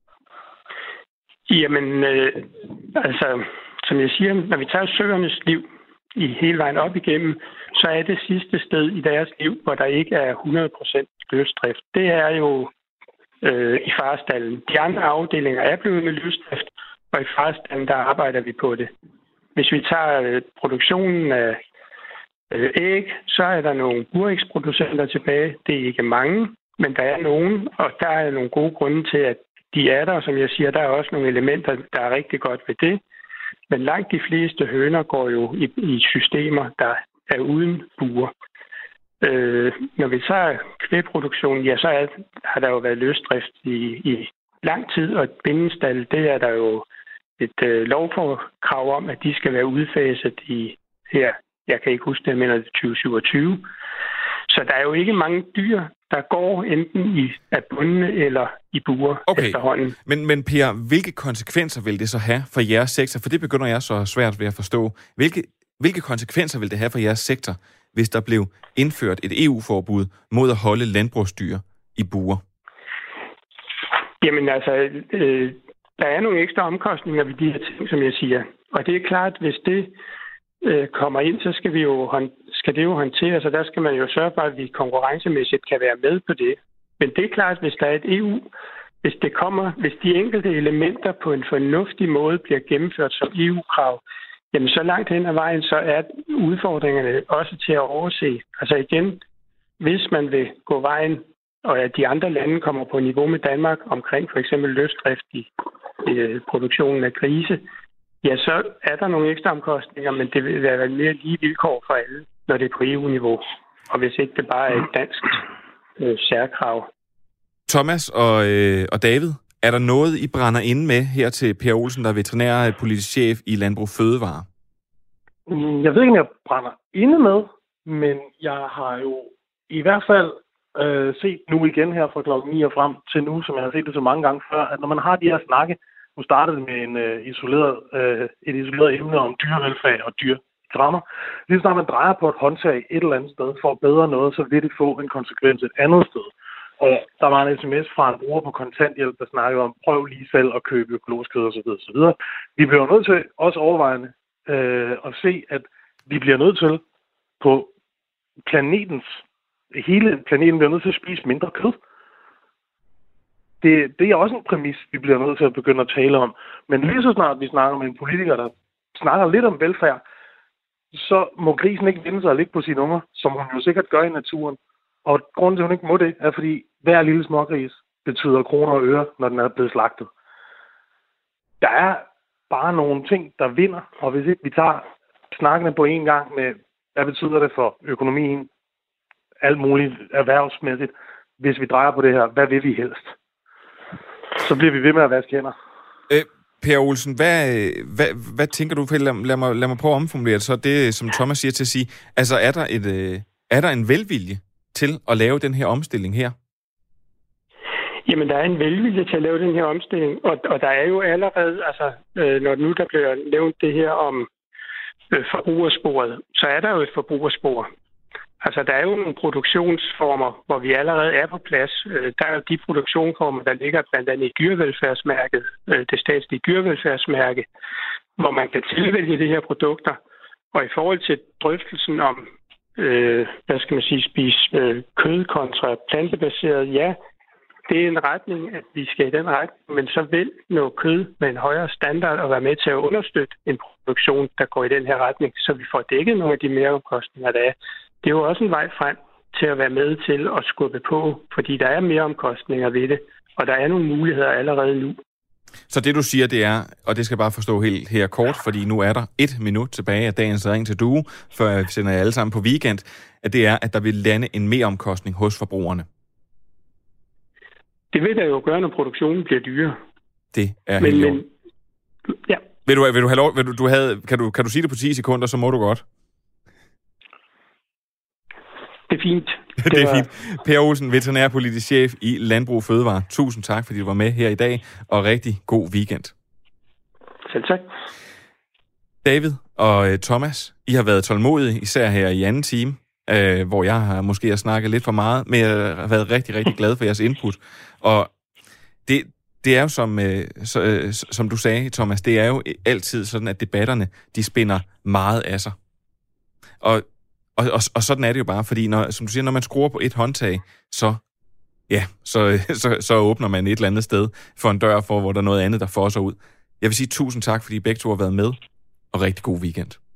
Jamen, øh, altså, som jeg siger, når vi tager søernes liv i hele vejen op igennem, så er det sidste sted i deres liv, hvor der ikke er hundrede procent løsdrift. Det er jo øh, i farestallen. De andre afdelinger er blevet med løsdrift, og i farestallen, der arbejder vi på det. Hvis vi tager øh, produktionen af øh, æg, så er der nogle burægsproducenter tilbage. Det er ikke mange, men der er nogen, og der er nogle gode grunde til, at de er der, og som jeg siger, der er også nogle elementer, der er rigtig godt ved det. Men langt de fleste høner går jo i, i systemer, der er uden buer. Øh, når vi tager kvægproduktionen, ja, så er, har der jo været løsdrift i, i lang tid, og bindestal, det er der jo et øh, lovkrav om, at de skal være udfaset i her, jeg kan ikke huske det, jeg mener det tyve syvogtyve. Så der er jo ikke mange dyr, der går enten i af bundne eller i buer okay. efterhånden. Men, men Per, hvilke konsekvenser vil det så have for jeres sektor? For det begynder jeg så svært ved at forstå. Hvilke, hvilke konsekvenser vil det have for jeres sektor, hvis der blev indført et E U-forbud mod at holde landbrugsdyr i buer? Jamen altså, øh, der er nogle ekstra omkostninger ved de her ting, som jeg siger. Og det er klart, hvis det øh, kommer ind, så skal vi jo hånd- skal det jo håndteres, og der skal man jo sørge for, at vi konkurrencemæssigt kan være med på det. Men det er klart, hvis der er et E U, hvis det kommer, hvis de enkelte elementer på en fornuftig måde bliver gennemført som E U-krav, jamen så langt hen ad vejen, så er udfordringerne også til at overse. Altså igen, hvis man vil gå vejen, og at de andre lande kommer på niveau med Danmark omkring for eksempel løsdrift i, i produktionen af grise, ja, så er der nogle ekstra omkostninger, men det vil være mere lige vilkår for alle, når det er på E U-niveau. Og hvis ikke det bare er et dansk øh, særkrav. Thomas og, øh, og David, er der noget, I brænder inde med her til Per Olsen, der er veterinær politisk chef i Landbrug Fødevare? Jeg ved ikke, om jeg brænder inde med, men jeg har jo i hvert fald øh, set nu igen her fra klokken ni og frem til nu, som jeg har set det så mange gange før, at når man har de her snakke, nu startede det med en, øh, isoleret, øh, et isoleret emne om dyrevelfærd og dyrgrammer. Lige snart man drejer på et håndtag et eller andet sted for at bedre noget, så vil det få en konsekvens et andet sted. Og der var en sms fra en bruger på kontanthjælp, der snakkede om, prøv lige selv at købe økologisk kød osv. osv. Vi bliver nødt til også overvejende øh, at se, at vi bliver nødt til på planetens, hele planeten bliver nødt til at spise mindre kød. Det, det er også en præmis, vi bliver nødt til at begynde at tale om. Men lige så snart vi snakker med en politiker, der snakker lidt om velfærd, så må grisen ikke vende sig og ligge på sine unger, som hun jo sikkert gør i naturen. Og grunden til, at hun ikke må det, er fordi hver lille smågris betyder kroner og øre, når den er blevet slagtet. Der er bare nogle ting, der vinder, og hvis ikke vi tager snakkene på en gang med, hvad betyder det for økonomien, alt muligt erhvervsmæssigt, hvis vi drejer på det her, hvad vil vi helst? Så bliver vi ved med at vaske hænder. Øh, Per Olsen, hvad, hvad, hvad tænker du? Lad, lad, mig, lad mig prøve at omformulere så det, som Thomas siger til at sige. Altså, er der, et, øh, er der en velvilje til at lave den her omstilling her? Jamen, der er en velvilje til at lave den her omstilling, og, og der er jo allerede, altså, øh, når nu der bliver nævnt det her om øh, forbrugersporet, så er der jo et forbrugerspor. Altså, der er jo nogle produktionsformer, hvor vi allerede er på plads. Øh, der er jo de produktionsformer, der ligger blandt andet i dyrevelfærdsmærket, øh, det statslige dyrevelfærdsmærke, hvor man kan tilvælge de her produkter. Og i forhold til drøftelsen om, øh, hvad skal man sige, spise øh, kød kontra plantebaseret, ja, det er en retning, at vi skal i den retning, men så vil noget kød med en højere standard og være med til at understøtte en produktion, der går i den her retning, så vi får dækket nogle af de mereomkostninger, der er. Det er jo også en vej frem til at være med til at skubbe på, fordi der er mereomkostninger ved det, og der er nogle muligheder allerede nu. Så det, du siger, det er, og det skal jeg bare forstå helt her kort, fordi nu er der et minut tilbage af dagens Ring til Due, før jeg sender jer alle sammen på weekend, at det er, at der vil lande en mereomkostning hos forbrugerne. Det vil der jo gøre, når produktionen bliver dyrere. Det er men, helt men, ja. Vil du, vil du have lov, vil du, du havde, kan, du, kan du sige det på ti sekunder, så må du godt. Det er fint. Det, det er var... fint. Per Olsen, veterinærpolitisk chef i Landbrug og Fødevare. Tusind tak, fordi du var med her i dag, og rigtig god weekend. Selv tak. David og Thomas, I har været tålmodige, især her i anden time, øh, hvor jeg har måske har snakket lidt for meget, men jeg har været rigtig, rigtig glad for jeres input. Og det, det er jo, som, øh, så, øh, som du sagde, Thomas, det er jo altid sådan, at debatterne, de spinder meget af sig. Og Og, og, og sådan er det jo bare, fordi når, som du siger, når man skruer på et håndtag, så, ja, så, så, så åbner man et eller andet sted for en dør for, hvor der er noget andet, der får sig ud. Jeg vil sige tusind tak, fordi I begge to har været med, og rigtig god weekend.